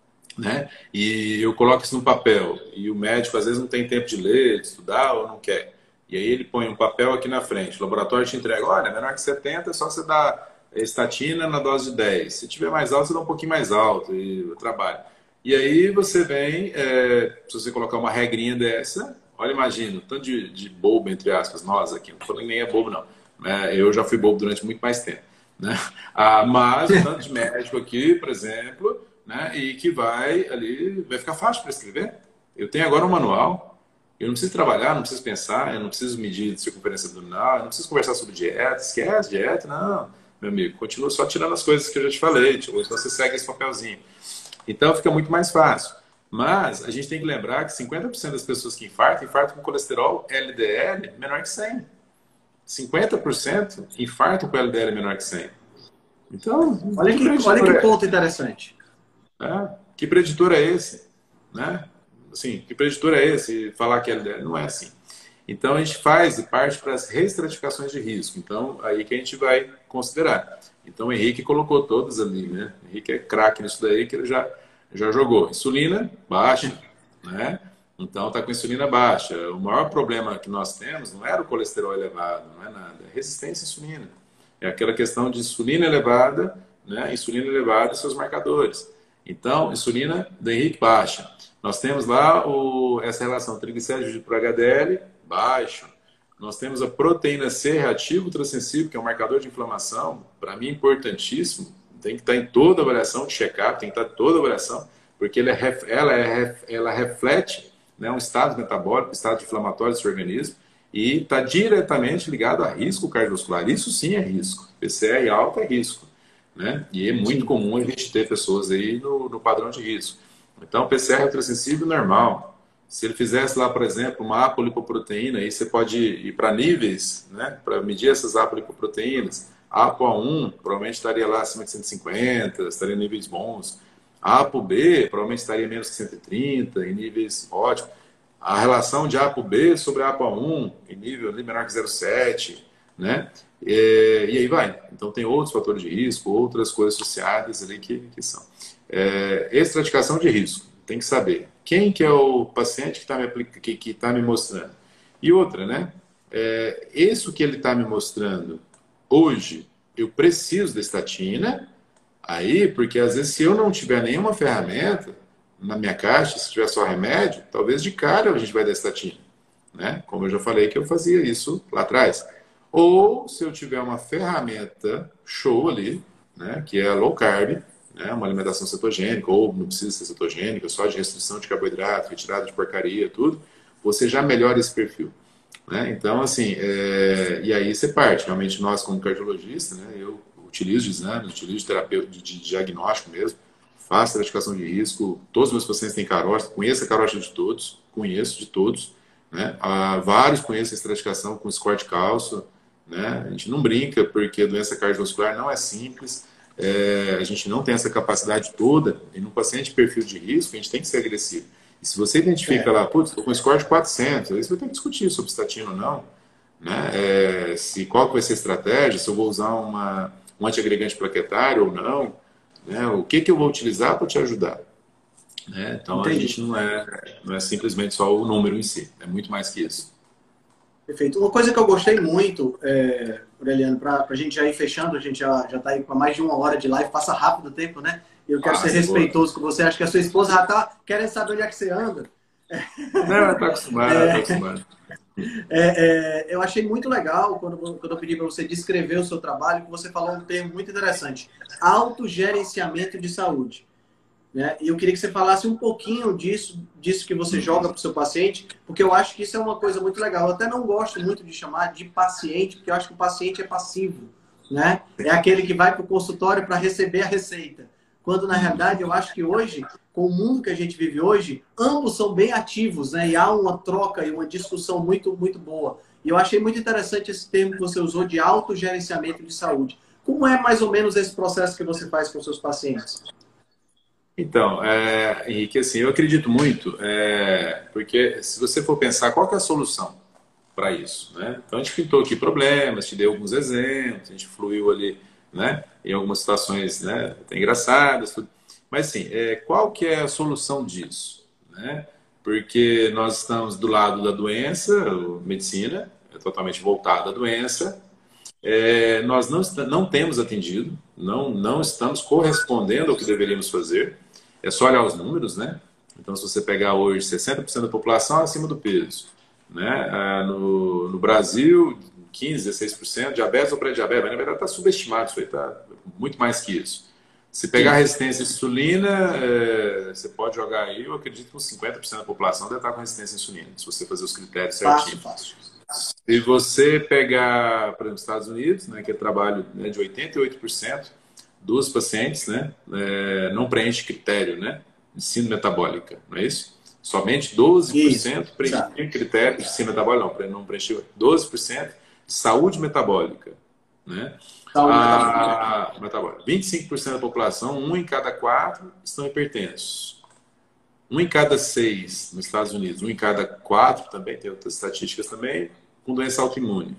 [SPEAKER 2] Né? E eu coloco isso no papel, e o médico às vezes não tem tempo de ler, de estudar ou não quer. E aí ele põe um papel aqui na frente, o laboratório te entrega, olha, menor que setenta é só você dar estatina na dose de dez. Se tiver mais alto, você dá um pouquinho mais alto e eu trabalho. E aí você vem, é, se você colocar uma regrinha dessa, olha, imagina, tanto de, de bobo, entre aspas, nós aqui, não falando nem é bobo não, é, eu já fui bobo durante muito mais tempo. Né? Ah, mas o tanto de médico aqui, por exemplo, né, e que vai ali, vai ficar fácil para escrever. Eu tenho agora um manual. Eu não preciso trabalhar, não preciso pensar, eu não preciso medir circunferência abdominal, eu não preciso conversar sobre dieta, esquece dieta, não, meu amigo, continua só tirando as coisas que eu já te falei, tipo, então você segue esse papelzinho. Então fica muito mais fácil. Mas a gente tem que lembrar que cinquenta por cento das pessoas que infartam, infartam com colesterol L D L menor que cem. cinquenta por cento infartam com L D L menor que cem. Então,
[SPEAKER 3] olha que, que, olha que ponto interessante.
[SPEAKER 2] É, que preditor é esse? Né? Assim, que preditor é esse? Falar que L D L não é assim. Então, a gente faz e parte para as reestratificações de risco. Então, aí que a gente vai considerar. Então, o Henrique colocou todas ali, né? O Henrique é craque nisso daí, que ele já, já jogou. Insulina baixa, né? Então, está com insulina baixa. O maior problema que nós temos não era o colesterol elevado, não é nada. É resistência à insulina. É aquela questão de insulina elevada, né? Insulina elevada e seus marcadores. Então, insulina do Henrique baixa. Nós temos lá o, essa relação triglicéridos por H D L baixo. Nós temos a proteína C reativo ultrassensível, que é um marcador de inflamação, para mim importantíssimo. Tem que estar em toda avaliação de check-up, tem que estar em toda avaliação, porque ela, é, ela, é, ela reflete, né, um estado metabólico, um estado inflamatório do seu organismo, e está diretamente ligado a risco cardiovascular. Isso sim é risco. P C R alto é risco. Né? E é muito sim. comum a gente ter pessoas aí no, no padrão de risco. Então, P C R ultrassensível normal, Se ele fizesse lá, por exemplo, uma apolipoproteína, aí você pode ir para níveis, né, para medir essas apolipoproteínas. A APO A um provavelmente estaria lá acima de cento e cinquenta, estaria em níveis bons. A ApoB provavelmente estaria menos que cento e trinta, em níveis ótimos. A relação de ApoB sobre a APO A um, em nível ali menor que zero vírgula sete, né? E, e aí vai. Então tem outros fatores de risco, outras coisas associadas ali que, que são. É, estratificação de risco. Tem que saber quem que é o paciente que está me, que, que tá me mostrando. E outra, né? É, isso que ele está me mostrando hoje, eu preciso da estatina, aí, porque às vezes se eu não tiver nenhuma ferramenta na minha caixa, se tiver só remédio, talvez de cara a gente vai dar estatina, né? Como eu já falei que eu fazia isso lá atrás. Ou se eu tiver uma ferramenta show ali, né, que é low carb, né, uma alimentação cetogênica, ou não precisa ser cetogênica, só de restrição de carboidrato, retirada de porcaria, tudo, você já melhora esse perfil. Né? Então, assim, é... e aí você parte. Realmente, nós, como cardiologista, né, eu utilizo de exames, utilizo de terapia, de, de diagnóstico mesmo, faço estratificação de risco, todos os meus pacientes têm carótida, conheço a carótida de todos, conheço de todos, né? Há vários conhecem a estratificação com score de cálcio, né? A gente não brinca, porque a doença cardiovascular não é simples, é... a gente não tem essa capacidade toda, e no paciente de perfil de risco, a gente tem que ser agressivo. E se você identifica é. lá, putz, estou com score de quatrocentos, aí você vai ter que discutir sobre estatina ou não, né? É... se, qual que vai ser a estratégia, se eu vou usar uma, um antiagregante plaquetário ou não, né? O que, que eu vou utilizar para te ajudar. Né? Então, Entendi. a gente não é, não é simplesmente só o número em si, é muito mais que isso.
[SPEAKER 3] Perfeito. Uma coisa que eu gostei muito, é, Aureliano, para a gente já ir fechando, a gente já está aí com mais de uma hora de live, passa rápido o tempo, né? E eu quero ah, ser respeitoso boa. com você. Acho que a sua esposa já está querendo saber onde é que você anda.
[SPEAKER 2] Não, está acostumada, está é, acostumada.
[SPEAKER 3] É, é, eu achei muito legal quando, quando eu pedi para você descrever o seu trabalho, que você falou um termo muito interessante: autogerenciamento de saúde. Né? E eu queria que você falasse um pouquinho disso, disso que você joga para o seu paciente, porque eu acho que isso é uma coisa muito legal. Eu até não gosto muito de chamar de paciente, porque eu acho que o paciente é passivo. Né? É aquele que vai para o consultório para receber a receita. Quando, na realidade, eu acho que hoje, com o mundo que a gente vive hoje, ambos são bem ativos, né? E há uma troca e uma discussão muito, muito boa. E eu achei muito interessante esse termo que você usou de autogerenciamento de saúde. Como é mais ou menos esse processo que você faz com seus pacientes?
[SPEAKER 2] Então, é, Henrique, assim, eu acredito muito, é, porque se você for pensar qual que é a solução para isso, né? Então, a gente pintou aqui problemas, te dei alguns exemplos, a gente fluiu ali, né, em algumas situações, né, até engraçadas, tudo. Mas assim, é, qual que é a solução disso? Né? Porque nós estamos do lado da doença, a medicina é totalmente voltada à doença, é, nós não, não temos atendido, não, não estamos correspondendo ao que deveríamos fazer, é só olhar os números, né? Então, se você pegar hoje sessenta por cento da população acima do peso, né? no, no Brasil, quinze, dezesseis por cento, diabetes ou pré-diabetes, mas na verdade está subestimado, isso aí está muito mais que isso. Se pegar a resistência à insulina, é, você pode jogar aí, eu acredito que uns cinquenta por cento da população deve estar com resistência à insulina, se você fazer os critérios certinho.
[SPEAKER 3] Fácil, fácil.
[SPEAKER 2] Se você pegar, por exemplo, os Estados Unidos, né, que é trabalho, né, de oitenta e oito por cento dos pacientes, né, é, não preenche critério, né, de síndrome metabólica, não é isso? Somente doze por cento preenche critério de síndrome metabólica, não, não preencheu doze por cento de saúde metabólica, né? A, metabólica. vinte e cinco por cento da população, um em cada quatro estão hipertensos. Um em cada seis nos Estados Unidos, um em cada quatro, também tem outras estatísticas também, com doença autoimune.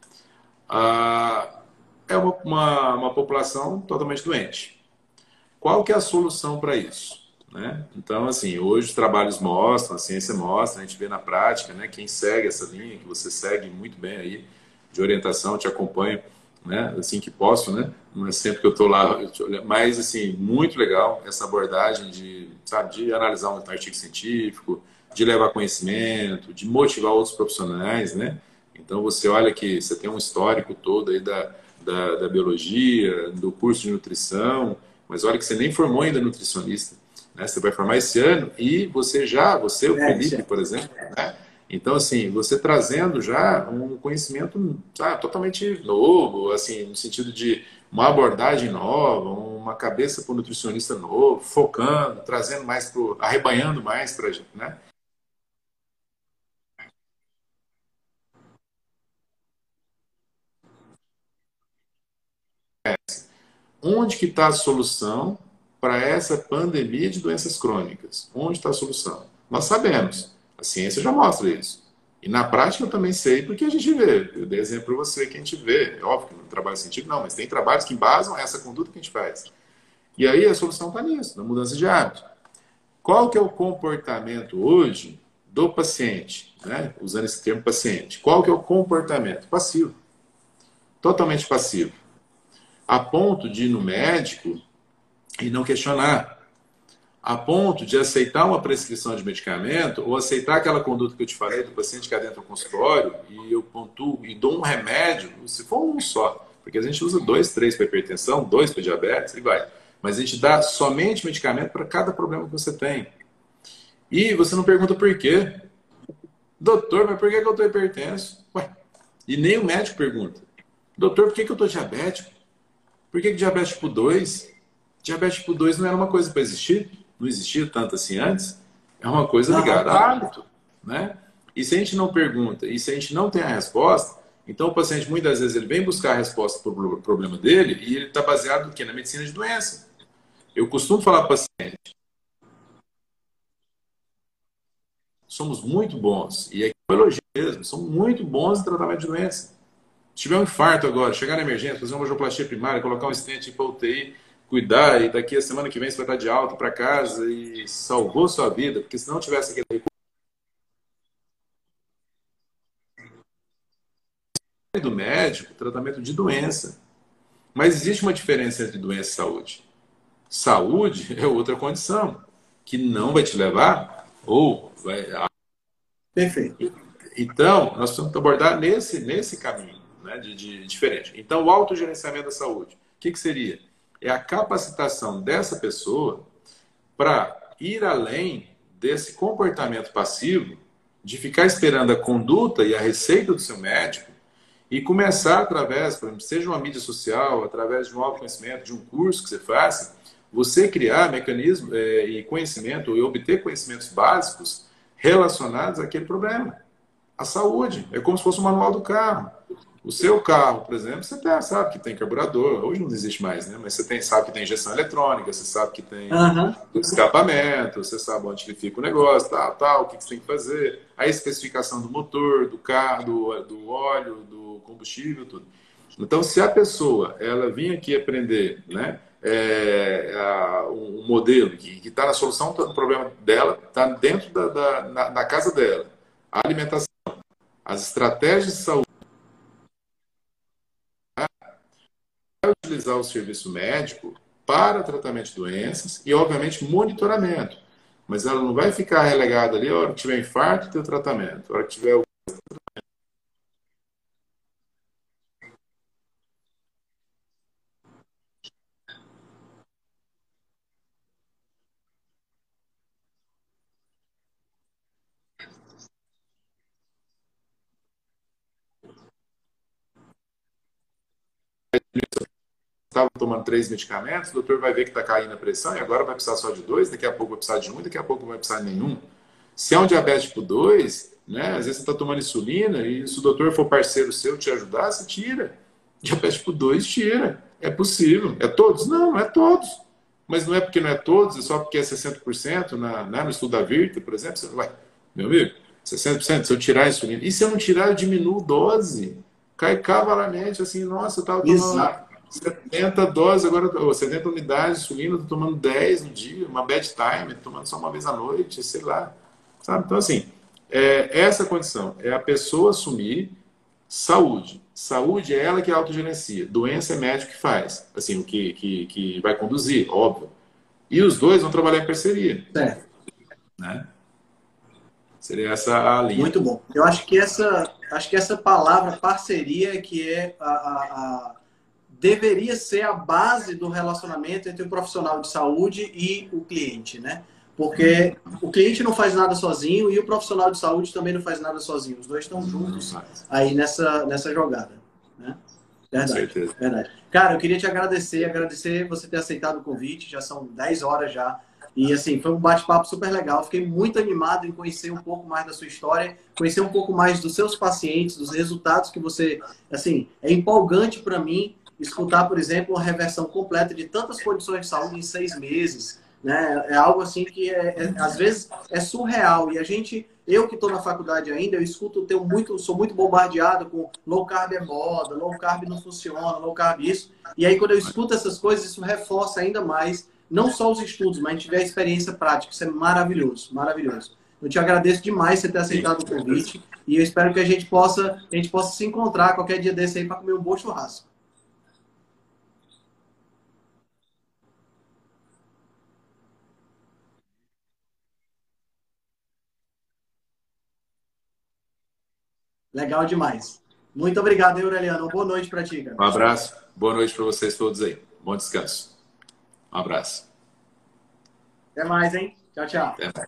[SPEAKER 2] Ah, é uma, uma, uma população totalmente doente. Qual que é a solução para isso? Né? Então, assim, hoje os trabalhos mostram, a ciência mostra, a gente vê na prática, né, quem segue essa linha, que você segue muito bem aí, de orientação, te acompanho, né, assim que posso, né, não é sempre que eu estou lá, mas assim, muito legal essa abordagem de, sabe, de analisar um artigo científico, de levar conhecimento, de motivar outros profissionais, né, então você olha que você tem um histórico todo aí da, da, da biologia, do curso de nutrição, mas olha que você nem formou ainda nutricionista, né, você vai formar esse ano e você já, você, o Felipe, por exemplo, né, então, assim, você trazendo já um conhecimento, sabe, totalmente novo, assim, no sentido de uma abordagem nova, uma cabeça para o nutricionista novo, focando, trazendo mais, pro, arrebanhando mais para a gente, né? Onde que está a solução para essa pandemia de doenças crônicas? Onde está a solução? Nós sabemos. A ciência já mostra isso. E na prática eu também sei porque a gente vê. Eu dei exemplo para você que a gente vê. É óbvio que no trabalho científico não, mas tem trabalhos que embasam essa conduta que a gente faz. E aí a solução está nisso, na mudança de hábito. Qual que é o comportamento hoje do paciente? Né? Usando esse termo paciente. Qual que é o comportamento? Passivo. Totalmente passivo. A ponto de ir no médico e não questionar. A ponto de aceitar uma prescrição de medicamento ou aceitar aquela conduta que eu te falei do paciente que adentra o consultório e eu pontuo e dou um remédio, se for um só, porque a gente usa dois, três para hipertensão, dois para diabetes e vai. Mas a gente dá somente medicamento para cada problema que você tem. E você não pergunta por quê. Doutor, mas por que eu estou hipertenso? Ué, e nem o médico pergunta. Doutor, por que eu estou diabético? Por que, que diabetes tipo dois? Diabetes tipo dois não era uma coisa para existir? Não existia tanto assim antes? É uma coisa ligada a hábito, né? E se a gente não pergunta, e se a gente não tem a resposta, então o paciente muitas vezes ele vem buscar a resposta para o problema dele e ele está baseado no quê? Na medicina de doença. Eu costumo falar para o paciente, somos muito bons, e aqui é um elogio mesmo, somos muito bons em tratamento de doença. Se tiver um infarto agora, chegar na emergência, fazer uma angioplastia primária, colocar um stent para U T I, cuidar, e daqui a semana que vem você vai estar de alta para casa e salvou sua vida, porque se não tivesse aquele recurso do médico, tratamento de doença. Mas existe uma diferença entre doença e saúde. Saúde é outra condição, que não vai te levar, ou vai...
[SPEAKER 3] Perfeito.
[SPEAKER 2] Então, nós precisamos abordar nesse, nesse caminho, né, de, de diferente. Então, o autogerenciamento da saúde, o que, que seria? É a capacitação dessa pessoa para ir além desse comportamento passivo, de ficar esperando a conduta e a receita do seu médico e começar através, por exemplo, seja uma mídia social, através de um autoconhecimento, de um curso que você faça, você criar mecanismos é, e conhecimento, e obter conhecimentos básicos relacionados àquele problema. A saúde é como se fosse o manual do carro. O seu carro, por exemplo, você tem, sabe que tem carburador, hoje não existe mais, né? Mas você tem, sabe que tem injeção eletrônica, você sabe que tem uhum. escapamento, você sabe onde que fica o negócio, tal, tal, o que você tem que fazer, a especificação do motor, do carro, do, do óleo, do combustível, tudo. Então, se a pessoa ela vir aqui aprender, né, é, a, um modelo que está na solução do problema dela, está dentro da, da na, na casa dela, a alimentação, as estratégias de saúde, utilizar o serviço médico para tratamento de doenças e, obviamente, monitoramento. Mas ela não vai ficar relegada ali, a hora que tiver infarto, tem o tratamento. A hora que tiver o... Estava tomando três medicamentos, o doutor vai ver que está caindo a pressão e agora vai precisar só de dois, daqui a pouco vai precisar de um, daqui a pouco vai precisar de nenhum. Se é um diabetes tipo dois, né, às vezes você está tomando insulina e se o doutor for parceiro seu te ajudar, você tira. Diabetes tipo dois, tira. É possível. É todos? Não, não é todos. Mas não é porque não é todos, é só porque é sessenta por cento na, né, no estudo da Virta, por exemplo. Você vai, meu amigo, sessenta por cento, se eu tirar a insulina. E se eu não tirar, eu diminuo dose. Cai cavalamente, assim, nossa, eu estava tomando setenta doses, agora setenta unidades de insulina, estou tomando dez no dia, uma bad time, tomando só uma vez à noite, sei lá. Sabe? Então, assim, é, essa condição é a pessoa assumir saúde. Saúde é ela que autogerencia. Doença é médico que faz. Assim, o que, que, que vai conduzir, óbvio. E os dois vão trabalhar em parceria.
[SPEAKER 3] É.
[SPEAKER 2] Né? Seria essa a linha.
[SPEAKER 3] Muito bom. Eu acho que essa, acho que essa palavra parceria que é a, a, a deveria ser a base do relacionamento entre o profissional de saúde e o cliente, né? Porque o cliente não faz nada sozinho e o profissional de saúde também não faz nada sozinho. Os dois estão juntos aí nessa, nessa jogada, né? Verdade, verdade. Cara, eu queria te agradecer, agradecer você ter aceitado o convite, já são dez horas já. E assim, foi um bate-papo super legal. Fiquei muito animado em conhecer um pouco mais da sua história, conhecer um pouco mais dos seus pacientes, dos resultados que você... Assim, é empolgante para mim escutar, por exemplo, uma reversão completa de tantas condições de saúde em seis meses, né? É algo assim que, é, é, às vezes, é surreal. E a gente, eu que estou na faculdade ainda, eu escuto, tenho muito, sou muito bombardeado com low carb é moda, low carb não funciona, low carb isso. E aí, quando eu escuto essas coisas, isso reforça ainda mais, não só os estudos, mas a gente vê a experiência prática. Isso é maravilhoso, maravilhoso. Eu te agradeço demais por você ter aceitado o convite e eu espero que a gente possa, a gente possa se encontrar qualquer dia desse aí para comer um bom churrasco. Legal demais. Muito obrigado, hein, Aureliano. Boa noite para ti, cara.
[SPEAKER 2] Um abraço. Boa noite para vocês todos aí. Bom descanso. Um abraço.
[SPEAKER 3] Até mais, hein? Tchau, tchau.
[SPEAKER 2] Até mais.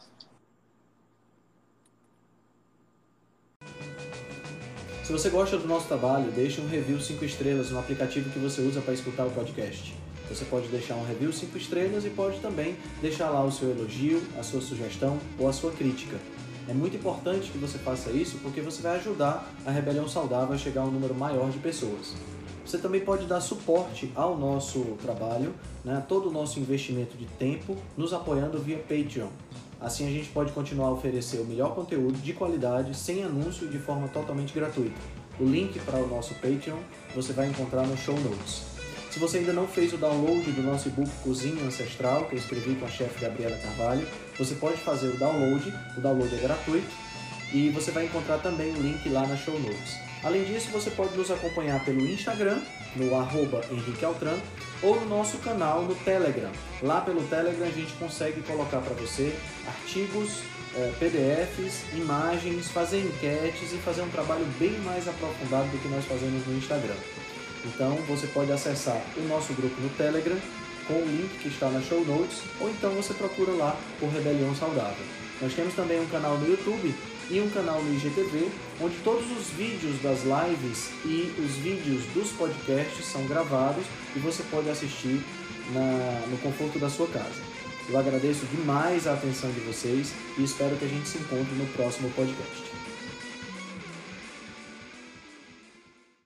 [SPEAKER 1] Se você gosta do nosso trabalho, deixe um review cinco estrelas no aplicativo que você usa para escutar o podcast. Você pode deixar um review cinco estrelas e pode também deixar lá o seu elogio, a sua sugestão ou a sua crítica. É muito importante que você faça isso porque você vai ajudar a Rebelião Saudável a chegar a um número maior de pessoas. Você também pode dar suporte ao nosso trabalho, né, todo o nosso investimento de tempo, nos apoiando via Patreon. Assim a gente pode continuar a oferecer o melhor conteúdo de qualidade, sem anúncio e de forma totalmente gratuita. O link para o nosso Patreon você vai encontrar no show notes. Se você ainda não fez o download do nosso e-book Cozinha Ancestral, que eu escrevi com a chefe Gabriela Carvalho, você pode fazer o download, o download é gratuito, e você vai encontrar também o link lá na show notes. Além disso, você pode nos acompanhar pelo Instagram, no arroba Henrique Altran, ou no nosso canal no Telegram. Lá pelo Telegram a gente consegue colocar para você artigos, eh, P D Fs, imagens, fazer enquetes e fazer um trabalho bem mais aprofundado do que nós fazemos no Instagram. Então você pode acessar o nosso grupo no Telegram com o link que está na show notes, ou então você procura lá por Rebelião Saudável. Nós temos também um canal no YouTube e um canal no I G T V, onde todos os vídeos das lives e os vídeos dos podcasts são gravados e você pode assistir na, no conforto da sua casa. Eu agradeço demais a atenção de vocês e espero que a gente se encontre no próximo podcast.